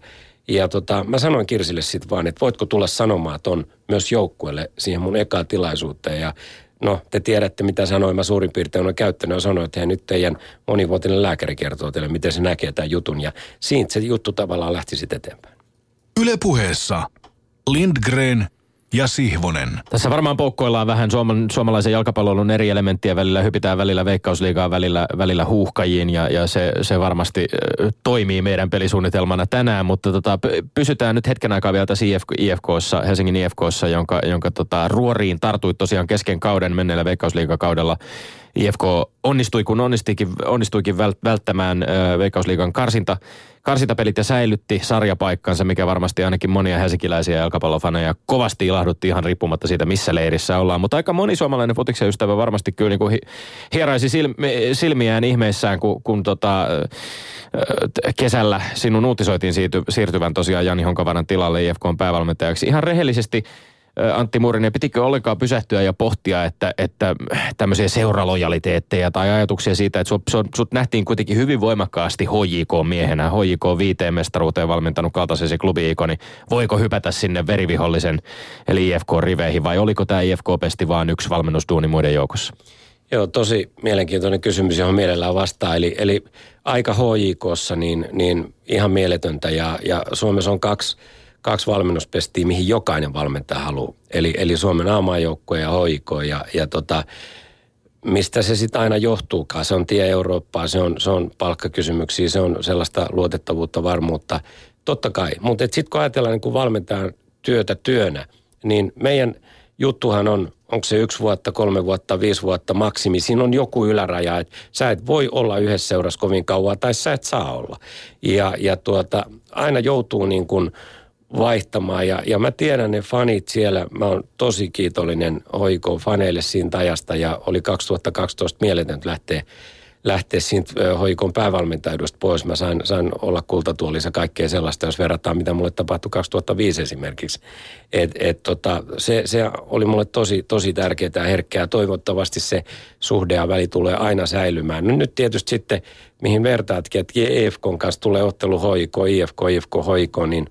Ja tota, mä sanoin Kirsille sitten vaan, että voitko tulla sanomaan ton myös joukkueelle siihen mun ekaan tilaisuuteen. Ja no, te tiedätte mitä sanoin, mä suurin piirtein olen käyttänyt ja sanoin, että hei, nyt teidän monivuotinen lääkäri kertoo teille, miten se näkee tämän jutun. Ja siitä se juttu tavallaan lähti sitten eteenpäin. Yle Puheessa Lindgren ja Sihvonen. Tässä varmaan poukkoillaan vähän suoman, suomalaisen jalkapallon eri elementtien välillä, hypitään välillä Veikkausliigaan, välillä, välillä huuhkajiin ja, ja se, se varmasti äh, toimii meidän pelisuunnitelmana tänään, mutta tota, pysytään nyt hetken aikaa vielä tässä I F K, I F K:ssa, Helsingin I F K:ssa, jonka, jonka tota, ruoriin tartuit tosiaan kesken kauden menneellä Veikkausliigakaudella. I F K onnistui, kun onnistuikin, onnistuikin välttämään äh, Veikkausliigan karsinta, karsintapelit ja säilytti sarjapaikkansa, mikä varmasti ainakin monia helsinkiläisiä jalkapallofaneja kovasti ilahdutti ihan riippumatta siitä, missä leirissä ollaan. Mutta aika moni suomalainen futiksen ystävä varmasti kyllä niin kuin hi- hieraisi silmi- silmiään ihmeissään, kun, kun tota, kesällä sinun uutisoitiin siirty- siirtyvän tosiaan Jani Honkavaran tilalle I F K:n päävalmentajaksi. Ihan rehellisesti Antti Muurinen, pitikö ollenkaan pysähtyä ja pohtia, että, että tämmöisiä seuralojaliteetteja tai ajatuksia siitä, että sut, sut nähtiin kuitenkin hyvin voimakkaasti H J K-miehenä, H J K viiteen mestaruuteen valmentanut kaltaisesi klubi-ikoni. Voiko hypätä sinne verivihollisen eli I F K-riveihin vai oliko tämä I F K-pesti vaan yksi valmennusduuni muiden joukossa? Joo, tosi mielenkiintoinen kysymys, johon mielellään vastaa. Eli, eli aika H J K:ssa niin, niin ihan mieletöntä ja, ja Suomessa on kaksi Kaksi valmennuspestiä, mihin jokainen valmentaja haluaa. Eli, eli Suomen A-maajoukkue ja H J K. Ja, ja tota, mistä se sitten aina johtuukaan. Se on tie Eurooppaa, se on, se on palkkakysymyksiä, se on sellaista luotettavuutta, varmuutta. Totta kai. Mutta sitten kun ajatellaan niin kun valmentajan työtä työnä, niin meidän juttuhan on, onko se yksi vuotta, kolme vuotta, viisi vuotta maksimi. Siinä on joku yläraja, että sä et voi olla yhdessä seurassa kovin kauan tai sä et saa olla. Ja, ja tuota, aina joutuu niin kuin vaihtamaan ja, ja mä tiedän ne fanit siellä, mä oon tosi kiitollinen H J K-faneille siitä ajasta ja oli kaksituhattakaksitoista mieletöntä lähteä, lähteä siitä H J K:n päävalmentajuudesta pois. Mä sain, sain olla kultatuolissa kaikkea sellaista, jos verrataan mitä mulle tapahtui kaksituhattaviisi esimerkiksi. Et, et tota, se, se oli mulle tosi, tosi tärkeää ja herkkää. Toivottavasti se suhde ja väli tulee aina säilymään. No nyt tietysti sitten, mihin vertaatkin, että E F K:n kanssa tulee ottelu H J K, I F K, I F K, H J K, niin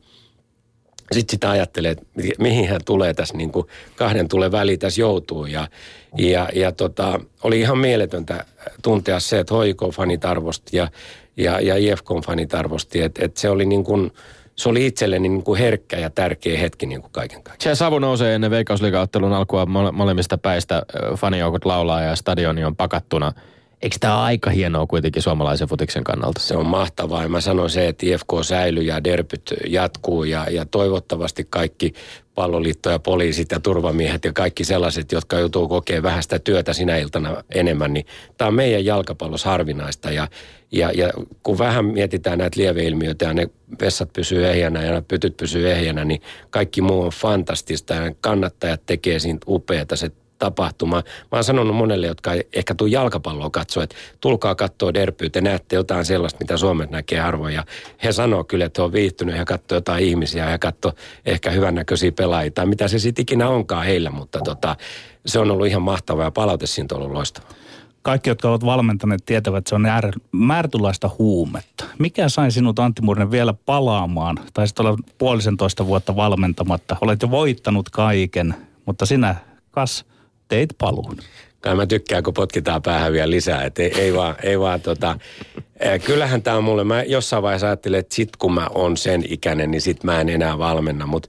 sitten sitä ajattelee, että mihin hän tulee tässä, niin kuin kahden tulee väliin tässä joutuu. Ja, ja, ja tota, oli ihan mieletöntä tuntea se, että H J K-fanit arvosti ja, ja, ja I F K-fanit arvosti. Että et se oli niin kuin, se oli itselleni niin kuin herkkä ja tärkeä hetki niin kuin kaiken kaikkiaan. Se savu nousee ennen Veikkausliiga-ottelun alkua molemmista päistä. Fanijoukot laulaa ja stadioni on pakattuna. Eikö tämä ole aika hienoa kuitenkin suomalaisen futiksen kannalta? Se on mahtavaa ja mä sanon se, että I F K säilyy ja derbyt jatkuu ja, ja toivottavasti kaikki palloliitto ja poliisit ja turvamiehet ja kaikki sellaiset, jotka joutuu kokemaan vähän sitä työtä sinä iltana enemmän, niin tämä on meidän jalkapallossa harvinaista ja, ja, ja kun vähän mietitään näitä lieveilmiöitä ja ne vessat pysyy ehjänä ja ne pytyt pysyy ehjänä, niin kaikki muu on fantastista ja kannattajat tekee siitä upeata se tapahtuma. Mä oon sanonut monelle, jotka ei ehkä tuu jalkapalloa katsoa, että tulkaa katsoa derbyä, te näette jotain sellaista, mitä Suomessa näkee harvoin. Ja he sanoo kyllä, että he on viihtynyt ja katsoo jotain ihmisiä ja katsoo ehkä hyvännäköisiä pelaajia tai mitä se sitten ikinä onkaan heillä, mutta tota, se on ollut ihan mahtavaa ja palaute siitä on ollut loistavaa. Kaikki, jotka ovat valmentaneet, tietävät, että se on määrätynlaista huumetta. Mikä sai sinut, Antti Muurinen, vielä palaamaan? Taisit olla puolisentoista vuotta valmentamatta. Olet jo voittanut kaiken, mutta sinä, kas, teit paluun. Kai mä tykkään, kun potkitaan päähän vielä lisää, että ei, ei vaan, ei vaan tota, kyllähän tää on mulle, mä jossain vaiheessa ajattelin, että sit kun mä oon sen ikäinen, niin sit mä en enää valmenna, mutta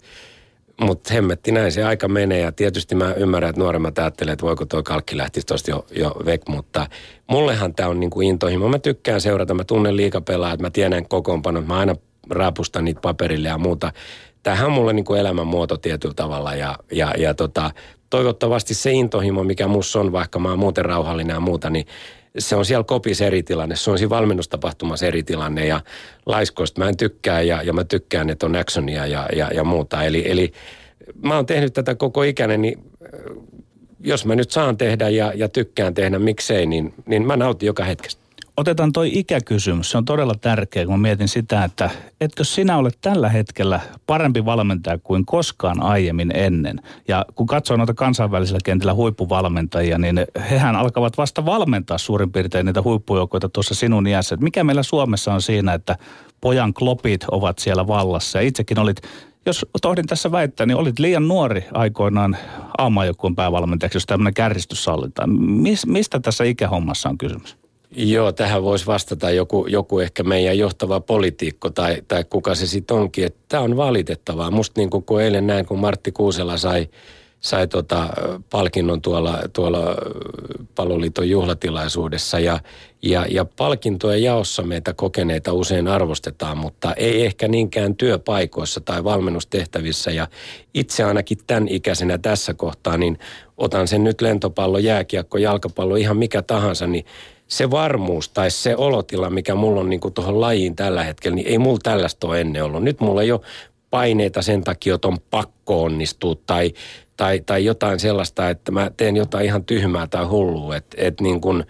mut hemmetti näin se aika menee ja tietysti mä ymmärrän, että nuoremmat ajattelee, että voiko toi kalkki lähtisi tosta jo, jo vek, mutta mullehan tää on niinku intohimo, mä tykkään seurata, mä tunnen liigapelaajat, mä tiedän kokoonpanot, mä aina raapustan niitä paperille ja muuta. Tämähän on mulle niinku elämänmuoto tietyllä tavalla ja, ja, ja tota, toivottavasti se intohimo, mikä musta on, vaikka mä oon muuten rauhallinen ja muuta, niin se on siellä kopissa eri tilanne, se on siinä valmennustapahtumassa eri tilanne ja laiskoista mä en tykkää ja, ja mä tykkään, että on actionia ja, ja, ja muuta. Eli, eli mä oon tehnyt tätä koko ikäinen, niin jos mä nyt saan tehdä ja, ja tykkään tehdä, miksei, niin, niin mä nautin joka hetkestä. otetaan toi ikäkysymys. Se on todella tärkeä, kun mä mietin sitä, että etkö sinä ole tällä hetkellä parempi valmentaja kuin koskaan aiemmin ennen. Ja kun katsoo noita kansainvälisellä kentillä huippuvalmentajia, niin hehän alkavat vasta valmentaa suurin piirtein niitä huippujoukkoita tuossa sinun iässä. Että mikä meillä Suomessa on siinä, että pojan klopit ovat siellä vallassa. Ja itsekin olit, jos tohdin tässä väittää, niin olit liian nuori aikoinaan A-maajoukkueen päävalmentajaksi, jos tämmöinen kärjistys sallitaan. Mis, mistä tässä ikähommassa on kysymys? Joo, tähän voisi vastata joku, joku ehkä meidän johtava poliitikko tai, tai kuka se sitten onkin. Että tämä on valitettavaa. Musta niin kuin kun eilen näin, kun Martti Kuusela sai, sai tota palkinnon tuolla, tuolla Palloliiton juhlatilaisuudessa ja, ja, ja palkintojen jaossa meitä kokeneita usein arvostetaan, mutta ei ehkä niinkään työpaikoissa tai valmennustehtävissä. Ja itse ainakin tämän ikäisenä tässä kohtaa, niin otan sen nyt lentopallo, jääkiekko, jalkapallo, ihan mikä tahansa, niin se varmuus tai se olotila, mikä mulla on niin kuin tuohon lajiin tällä hetkellä, niin ei mulla tällaista ole ennen ollut. Nyt mulla ei ole paineita sen takia, että on pakko onnistua tai, tai, tai jotain sellaista, että mä teen jotain ihan tyhmää tai hullua. Että et niin kuin,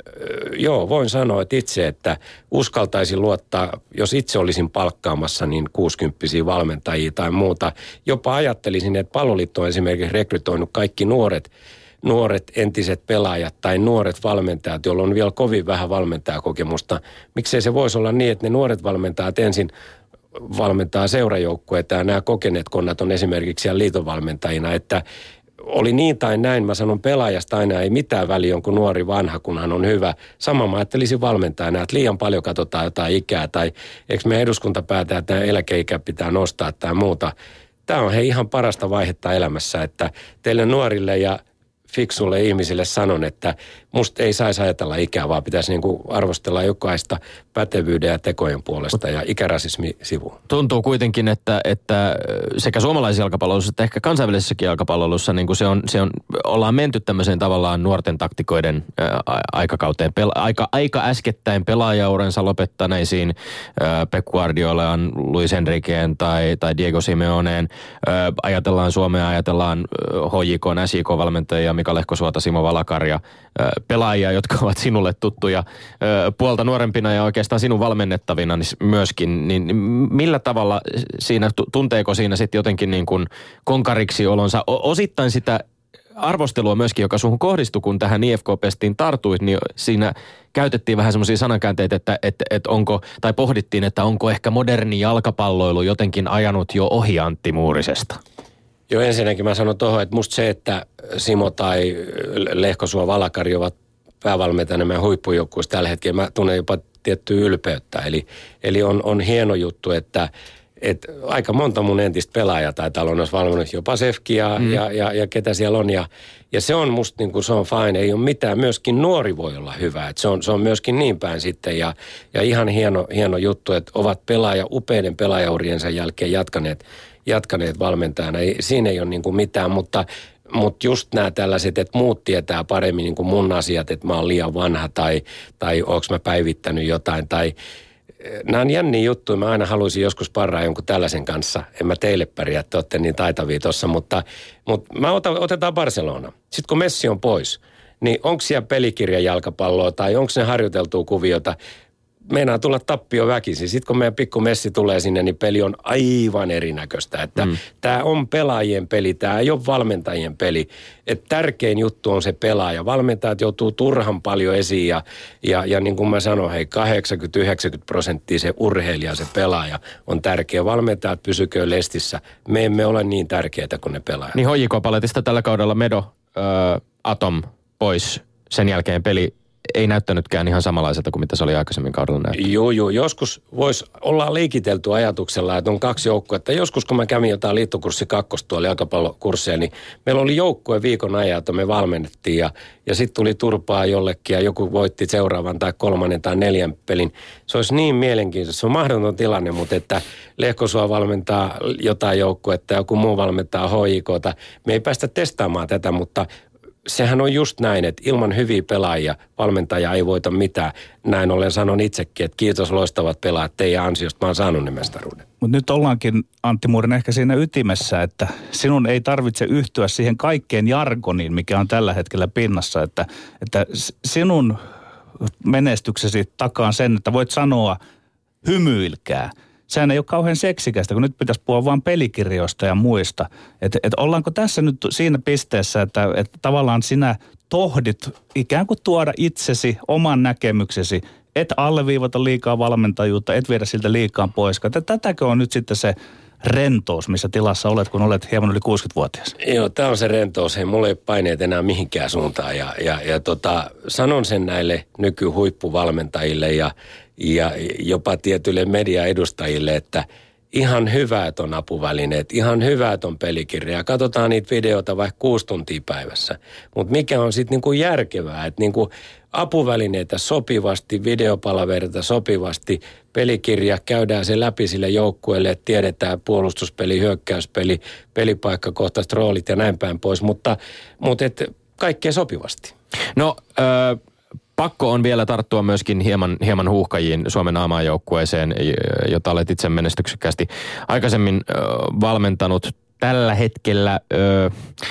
joo, voin sanoa, että itse, että uskaltaisin luottaa, jos itse olisin palkkaamassa niin kuusikymppisiä valmentajia tai muuta. Jopa ajattelisin, että Palloliitto on esimerkiksi rekrytoinut kaikki nuoret, nuoret entiset pelaajat tai nuoret valmentajat, joilla on vielä kovin vähän valmentajakokemusta. Miksei se voisi olla niin, että ne nuoret valmentajat ensin valmentaa seurajoukkueita ja nämä kokeneet konnat on esimerkiksi siellä liitonvalmentajina, että oli niin tai näin, mä sanon pelaajasta aina ei mitään väliä, onko nuori vanha, kun hän on hyvä. Sama mä ajattelisin valmentajana, että liian paljon katsotaan jotain ikää tai eikö meidän eduskunta päätä, että eläkeikä pitää nostaa tai muuta. Tämä on hei ihan parasta vaihetta elämässä, että teille nuorille ja fiksulle ihmisille sanon, että musta ei saisi ajatella ikää, vaan pitäisi niinku arvostella jokaista pätevyyden ja tekojen puolesta ja ikärasismi sivuun. Tuntuu kuitenkin, että, että sekä suomalaisessa jalkapalloilussa että ehkä kansainvälisessäkin jalkapalloilussa niin se on, se on, ollaan menty tämmöiseen tavallaan nuorten taktikoiden ää, aikakauteen. Pel, aika, aika äskettäin pelaajaurensa lopettaneisiin ää, Pep Guardiolaan, Luis Enriqueen tai, tai Diego Simeoneen. Ää, ajatellaan Suomea, ajatellaan H J K:n S J K-valmentajia, Mika Lehkosuota, Simo Valakaria, pelaajia, jotka ovat sinulle tuttuja puolta nuorempina ja oikeastaan sinun valmennettavina myöskin, niin millä tavalla siinä, tunteeko siinä sitten jotenkin niin kuin konkariksi olonsa, osittain sitä arvostelua myöskin, joka suhun kohdistui, kun tähän I F K-pestiin tartuit, niin siinä käytettiin vähän semmoisia sanankäänteitä, että, että, että onko, tai pohdittiin, että onko ehkä moderni jalkapalloilu jotenkin ajanut jo ohi Antti Muurisesta? Joo, ensinnäkin mä sanon tuohon, että musta se, että Simo tai Lehkosuo Valakari ovat päävalmentajana meidän huippujoukkueessa tällä hetkellä, mä tunnen jopa tiettyä ylpeyttä. Eli, eli on, on hieno juttu, että, että aika monta mun entistä pelaajaa tai täällä on valmennut jopa Sefki ja, mm. ja, ja, ja ketä siellä on. Ja, ja se on musta niin kuin se on fine, ei ole mitään. Myöskin nuori voi olla hyvä, että se on, se on myöskin niin päin sitten. Ja, ja ihan hieno, hieno juttu, että ovat pelaaja, upeiden pelaajauriensa jälkeen jatkaneet jatkaneet valmentajana. Ei, siinä ei ole niin kuin mitään, mutta, mutta just nämä tällaiset, että muut tietää paremmin niin kuin mun asiat, että mä oon liian vanha tai, tai oonko mä päivittänyt jotain. Tai, nämä on jänniä juttuja. Mä aina haluaisin joskus parraa jonkun tällaisen kanssa. En mä teille pärjää, että olette niin taitavia tuossa, mutta, mutta mä otan, otetaan Barcelona. Sitten kun Messi on pois, niin onko siellä pelikirjan jalkapalloa tai onko ne harjoiteltua kuviota? Meinaa tulla tappio väkisin. Sitten kun meidän pikku Messi tulee sinne, niin peli on aivan erinäköistä. Että mm. tämä on pelaajien peli, tämä ei ole valmentajien peli. Että tärkein juttu on se pelaaja. Valmentajat joutuu turhan paljon esiin ja, ja, ja niin kuin mä sanoin, hei kahdeksankymmentä yhdeksänkymmentä prosenttia se urheilija, se pelaaja on tärkeä. Valmentajat pysykö lestissä. Me emme ole niin tärkeitä kuin ne pelaajat. Niin H J K-paletista tällä kaudella Medo, äh, Atom pois, sen jälkeen peli ei näyttänytkään ihan samanlaiselta kuin mitä se oli aikaisemmin kaudella näyttänyt. Joo, joo. Joskus voisi olla liikitelty ajatuksella, että on kaksi joukkuetta. Joskus kun mä kävin jotain liittokurssi kakkosta tuolla jalkapallokursseja, niin meillä oli joukkue viikon ajan, jota me valmennettiin ja, ja sitten tuli turpaa jollekin ja joku voitti seuraavan tai kolmannen tai neljän pelin. Se olisi niin mielenkiintoista. Se on mahdoton tilanne, mutta että Lehkosuo valmentaa jotain joukkuetta ja joku muu valmentaa H J K:ta. Me ei päästä testaamaan tätä, mutta sehän on just näin, että ilman hyviä pelaajia valmentaja ei voita mitään. Näin ollen sanon itsekin, että kiitos loistavat pelaajat, teidän ansiosta mä oon saanut ne mestaruuden. Mutta nyt ollaankin, Antti Muurinen, ehkä siinä ytimessä, että sinun ei tarvitse yhtyä siihen kaikkeen jargoniin, mikä on tällä hetkellä pinnassa. Että, että sinun menestyksesi takaan sen, että voit sanoa hymyilkää. Sehän ei ole kauhean seksikästä, kun nyt pitäisi puhua vain pelikirjoista ja muista. Että et ollaanko tässä nyt siinä pisteessä, että et tavallaan sinä tohdit ikään kuin tuoda itsesi, oman näkemyksesi, et alleviivata liikaa valmentajuutta, et viedä siltä liikaa pois. Tätäkö on nyt sitten se rentous, missä tilassa olet, kun olet hieman yli kuusikymmentävuotias? Joo, tämä on se rentous. Hei, mulla ei ole paineet enää mihinkään suuntaan. Ja, ja, ja tota, sanon sen näille nykyhuippuvalmentajille ja, ja jopa tietyille mediaedustajille, että ihan hyvät on apuvälineet, ihan hyvät on pelikirja. Katsotaan niitä videoita vaikka kuusi tuntia päivässä. Mutta mikä on sitten niinku järkevää, että niinku apuvälineitä sopivasti, videopalavereita sopivasti, pelikirja, käydään se läpi sille joukkueelle, että tiedetään puolustuspeli, hyökkäyspeli, pelipaikkakohtaiset roolit ja näin päin pois, mutta, mutta et kaikkea sopivasti. No, äh, pakko on vielä tarttua myöskin hieman, hieman huuhkajiin Suomen A-maajoukkueeseen, jota olet itse menestyksekkäästi aikaisemmin äh, valmentanut. Tällä hetkellä Äh,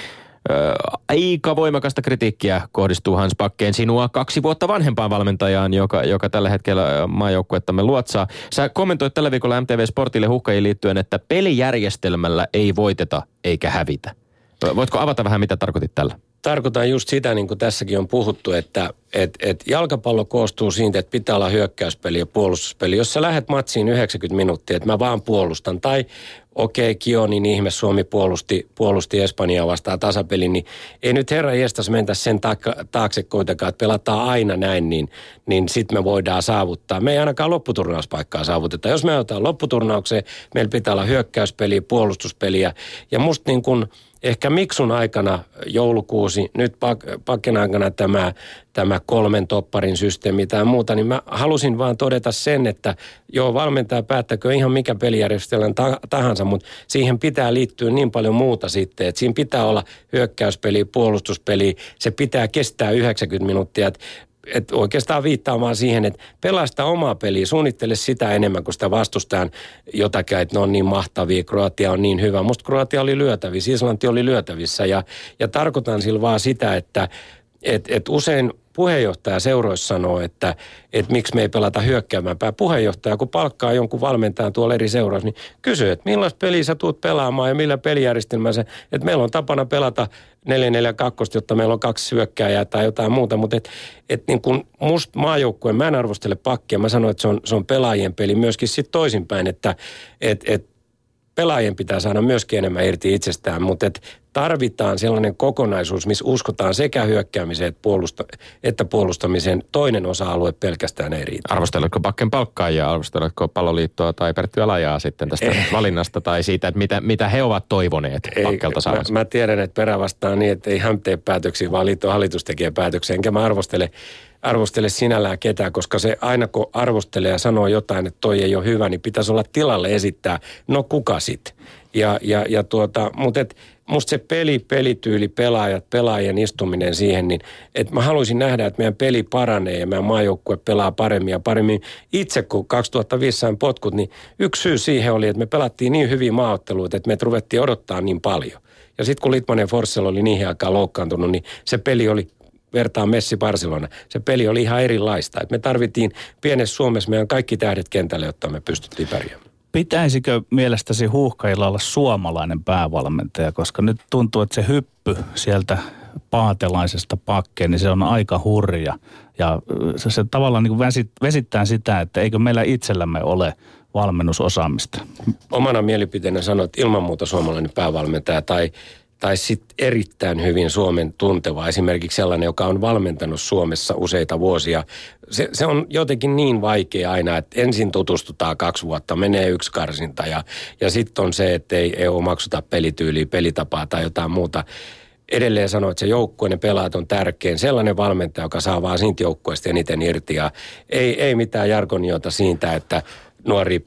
Ö, aika voimakasta kritiikkiä kohdistuu Hans Backeen sinua kaksi vuotta vanhempaan valmentajaan, joka, joka tällä hetkellä maajoukkuettamme luotsaa. Sä kommentoit tällä viikolla M T V Sportille huuhkajiin liittyen, että pelijärjestelmällä ei voiteta eikä hävitä. Voitko avata vähän, mitä tarkoitit tällä? Tarkoitan just sitä, niin kuin tässäkin on puhuttu, että et, et jalkapallo koostuu siitä, että pitää olla hyökkäyspeli ja puolustuspeli. Jos sä lähdet matsiin yhdeksänkymmentä minuuttia, että mä vaan puolustan, tai okei, okay, Kionin ihme, Suomi puolusti, puolusti Espanjaa vastaan tasapelin, niin ei nyt herra jestas mentä sen taakse kuitenkaan, että pelataan aina näin, niin, niin sitten me voidaan saavuttaa. Me ei ainakaan lopputurnauspaikkaa saavuteta. Jos me otetaan lopputurnaukseen, meillä pitää olla hyökkäyspeliä, puolustuspeliä, ja musta niin kuin ehkä Miksun aikana joulukuusi, nyt Pakken aikana tämä, tämä kolmen topparin systeemi tai muuta, niin mä halusin vaan todeta sen, että joo, valmentaja päättäkö ihan mikä pelijärjestelmän tahansa, mutta siihen pitää liittyä niin paljon muuta sitten, että siinä pitää olla hyökkäyspeli, puolustuspeli, se pitää kestää yhdeksänkymmentä minuuttia, että että oikeastaan viittaamaan siihen, että pelaa sitä omaa peliä, suunnittele sitä enemmän kuin sitä vastustajan jotakin, että ne on niin mahtavia, Kroatia on niin hyvä. Musta Kroatia oli lyötävissä, Islanti oli lyötävissä ja, ja tarkoitan sillä vaan sitä, että et, et usein puheenjohtaja seuroissa sanoo, että et miksi me ei pelata hyökkäämäänpää. Puheenjohtaja, kun palkkaa jonkun valmentajan tuolla eri seuroissa, niin kysyy, että millaista peliä sä tuut pelaamaan ja millä pelijärjestelmällä se, että meillä on tapana pelata neljä neljä kaksi, jotta meillä on kaksi hyökkääjää tai jotain muuta, mutta et, et niin kuin musta maajoukkueen, mä en arvostele Pakkia, mä sanoin, että se on, se on pelaajien peli myöskin sitten toisinpäin, että et, et pelaajien pitää saada myöskin enemmän irti itsestään, mutta et tarvitaan sellainen kokonaisuus, missä uskotaan sekä hyökkäämiseen että, puolusta- että puolustamiseen. Toinen osa-alue pelkästään ei riitä. Arvosteletko Backen palkkaajia, arvosteletko Palloliittoa tai Pertty Alajaa sitten tästä ei. valinnasta tai siitä, että mitä, mitä he ovat toivoneet Bakkelta saavansa? Mä, mä tiedän, että perä vastaa niin, että ei hän tee päätöksiä, vaan liitto hallitus tekee päätöksiä. Enkä mä arvostele, arvostele sinällään ketään, koska se aina kun arvostelee ja sanoo jotain, että toi ei ole hyvä, niin pitäisi olla tilalle esittää, no kuka sit? Ja, ja, ja tuota, mutta et, musta se peli, pelityyli, pelaajat, pelaajien istuminen siihen, niin että mä haluaisin nähdä, että meidän peli paranee ja meidän maajoukkue pelaa paremmin ja paremmin. Itse kun kaksituhattaviisi sain potkut, niin yksi syy siihen oli, että me pelattiin niin hyviä maaotteluita, että me ruvettiin odottaa niin paljon. Ja sitten kun Litmanen Forssell oli niihin aikaan loukkaantunut, niin se peli oli vertaan Messi Barcelona. Se peli oli ihan erilaista. Et me tarvittiin pienessä Suomessa meidän kaikki tähdet kentälle, jotta me pystyttiin pärjäämään. Pitäisikö mielestäsi huuhkajilla olla suomalainen päävalmentaja, koska nyt tuntuu, että se hyppy sieltä paatelaisesta Backeen, niin se on aika hurja. Ja se, se tavallaan niin kuin vesittää sitä, että eikö meillä itsellämme ole valmennusosaamista. Omana mielipiteenä sanoin, että ilman muuta suomalainen päävalmentaja tai tai sitten erittäin hyvin Suomen tunteva, esimerkiksi sellainen, joka on valmentanut Suomessa useita vuosia. Se, se on jotenkin niin vaikea aina, että ensin tutustutaan kaksi vuotta, menee yksi karsinta ja, ja sitten on se, että ei, ei omaksuta pelityyliä, pelitapaa tai jotain muuta. Edelleen sanoo, että se joukkueen pelaat on tärkein. Sellainen valmentaja, joka saa vaan siitä joukkueesta eniten irti ja ei, ei mitään jargoniota siitä, että nuoria pelaa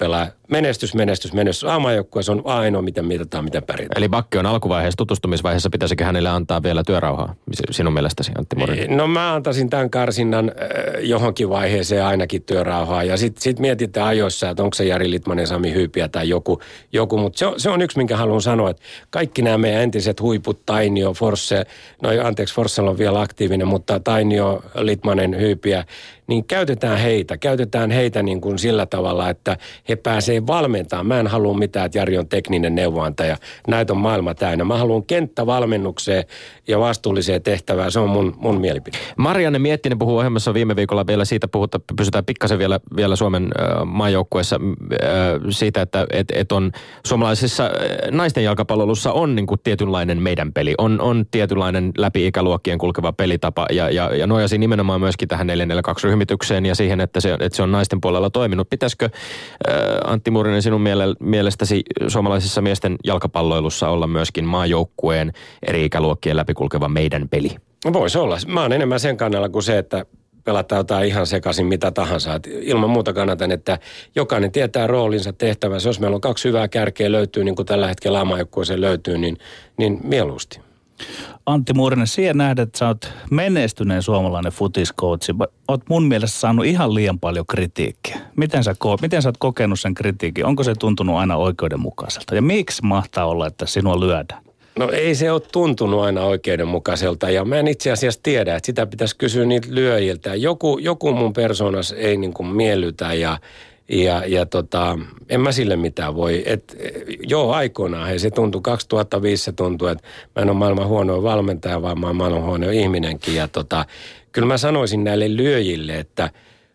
menestys, menestys, menestys. A-maajoukkueessa on ainoa, miten mitataan, miten pärjätään. Eli Bakke on alkuvaiheessa, tutustumisvaiheessa, pitäisikö hänelle antaa vielä työrauhaa sinun mielestäsi, Antti Mourinen? No mä antaisin tämän karsinnan äh, johonkin vaiheeseen ainakin työrauhaa. Ja sitten sit mietitään ajoissa, että onko se Jari Litmanen, Sami Hyypiä tai joku. joku. Mutta se, se on yksi, minkä haluan sanoa, että kaikki nämä meidän entiset huiput, Tainio, Forsse, no anteeksi, Forssella on vielä aktiivinen, mutta Tainio, Litmanen, Hyypiä, niin käytetään heitä. Käytetään heitä niin kuin sillä tavalla, että he pääsee valmentamaan. Mä en halua mitään, että Jari on tekninen neuvoantaja. Näitä on maailma täynnä. Mä haluan kenttävalmennukseen ja vastuulliseen tehtävään. Se on mun, mun mielipide. Marianne Miettinen puhuu ohjelmassa viime viikolla vielä siitä, puhuta, pysytään pikkasen vielä, vielä Suomen äh, maajoukkueessa äh, siitä, että et, et on suomalaisessa äh, naisten jalkapalloilussa on niin kuin tietynlainen meidän peli. On, on tietynlainen läpi ikäluokkien kulkeva pelitapa ja, ja, ja nojasi nimenomaan myöskin tähän neljä neljä kaksi ryhmitykseen ja siihen, että se, että se on naisten puolella toiminut. Pitäisikö äh, Antti Mourinen sinun miele, mielestäsi suomalaisessa miesten jalkapalloilussa olla myöskin maajoukkueen eri ikäluokkien läpikulkeva meidän peli? Voisi olla. Mä oon enemmän sen kannalla kuin se, että pelataan jotain ihan sekaisin mitä tahansa. Et ilman muuta kannatan, että jokainen tietää roolinsa, tehtävänsä. Jos meillä on kaksi hyvää kärkeä löytyy, niin kuin tällä hetkellä maajoukkueeseen löytyy, niin, niin mieluusti. Antti Mourinen, siihen nähdä, että sä oot menestyneen suomalainen futiskoutsi. Oot mun mielestä saanut ihan liian paljon kritiikkiä. Miten sä, miten sä oot kokenut sen kritiikin? Onko se tuntunut aina oikeudenmukaiselta? Ja miksi mahtaa olla, että sinua lyödään? No ei se ole tuntunut aina oikeudenmukaiselta ja mä en itse asiassa tiedä, että sitä pitäisi kysyä niitä lyöjiltä. Joku, joku mun persoonas ei niin kuin miellytä ja, ja, ja tota, en mä sille mitään voi. Et, joo, aikoinaan hei, se tuntui, kaksituhattaviisi se tuntui, että mä en ole maailman huonoin valmentaja, vaan mä oon maailman huonoin ihminenkin. Ja tota, kyllä mä sanoisin näille lyöjille, että,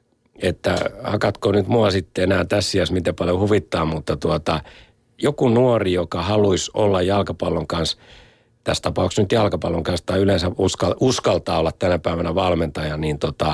että hakatko nyt mua sitten enää tässä ja miten paljon huvittaa, mutta tuota... Joku nuori, joka haluaisi olla jalkapallon kanssa, tässä tapauksessa nyt jalkapallon kanssa, tai yleensä uskal, uskaltaa olla tänä päivänä valmentaja, niin tota,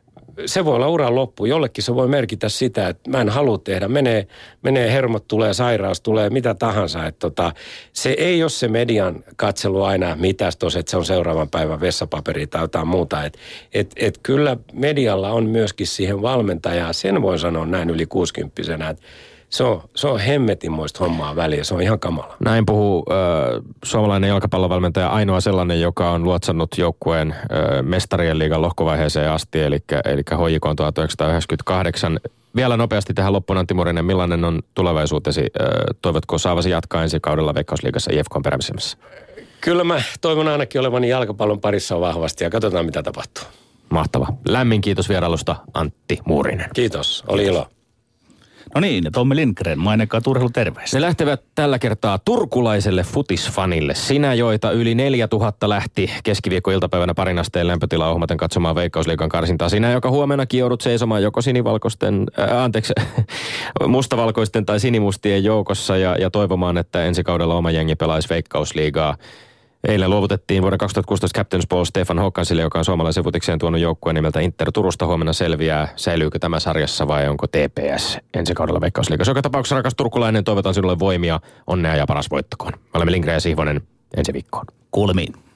se voi olla uran loppu. Jollekin se voi merkitä sitä, että mä en halua tehdä. Menee, menee hermot, tulee sairaus, tulee mitä tahansa. Että tota, se ei ole se median katselu aina mitäs tos, että se on seuraavan päivän vessapaperi tai jotain muuta. Että et, et kyllä medialla on myöskin siihen valmentajaa. Sen voin sanoa näin yli kuusikymppisenä, että Se on, se on hemmetinmoista hommaa väliä, se on ihan kamala. Näin puhuu äh, suomalainen jalkapallovalmentaja, ainoa sellainen, joka on luotsannut joukkueen äh, mestarien liigan lohkovaiheeseen asti, eli, eli H J K tuhatyhdeksänsataayhdeksänkymmentäkahdeksan. Vielä nopeasti tähän loppuun, Antti Mourinen, millainen on tulevaisuutesi? Äh, toivotko saavasi jatkaa ensi kaudella Veikkausliigassa I F K:n perämisemmässä? Kyllä mä toivon ainakin olevani jalkapallon parissa vahvasti ja katsotaan mitä tapahtuu. Mahtava. Lämmin kiitos vierailusta, Antti Mourinen. Kiitos, oli ilo. No niin, ja Tommi Lindgren, mainekaa urheiluterveisiä. Ne lähtevät tällä kertaa turkulaiselle futisfanille. Sinä, joita yli neljätuhatta lähti keskiviikko-iltapäivänä parin asteen lämpötilaa ohmaten katsomaan Veikkausliigan karsintaa. Sinä, joka huomenakin joudut seisomaan joko sinivalkoisten, äh, anteeksi, mustavalkoisten tai sinimustien joukossa ja, ja toivomaan, että ensi kaudella oma jengi pelaisi Veikkausliigaa. Eilen luovutettiin vuoden kaksituhattakuusitoista Captain's Ball Stefan Håkansille, joka on suomalaisen futikseen tuonut joukkueen nimeltä Inter Turusta. Huomenna selviää, säilyykö tämä sarjassa vai onko T P S ensi kaudella Veikkausliigassa. Joka tapauksessa, rakas turkulainen, toivotan sinulle voimia, onnea ja paras voittakoon. Me olemme Lindgren ja Sihvonen ensi viikkoon. Kuulemiin.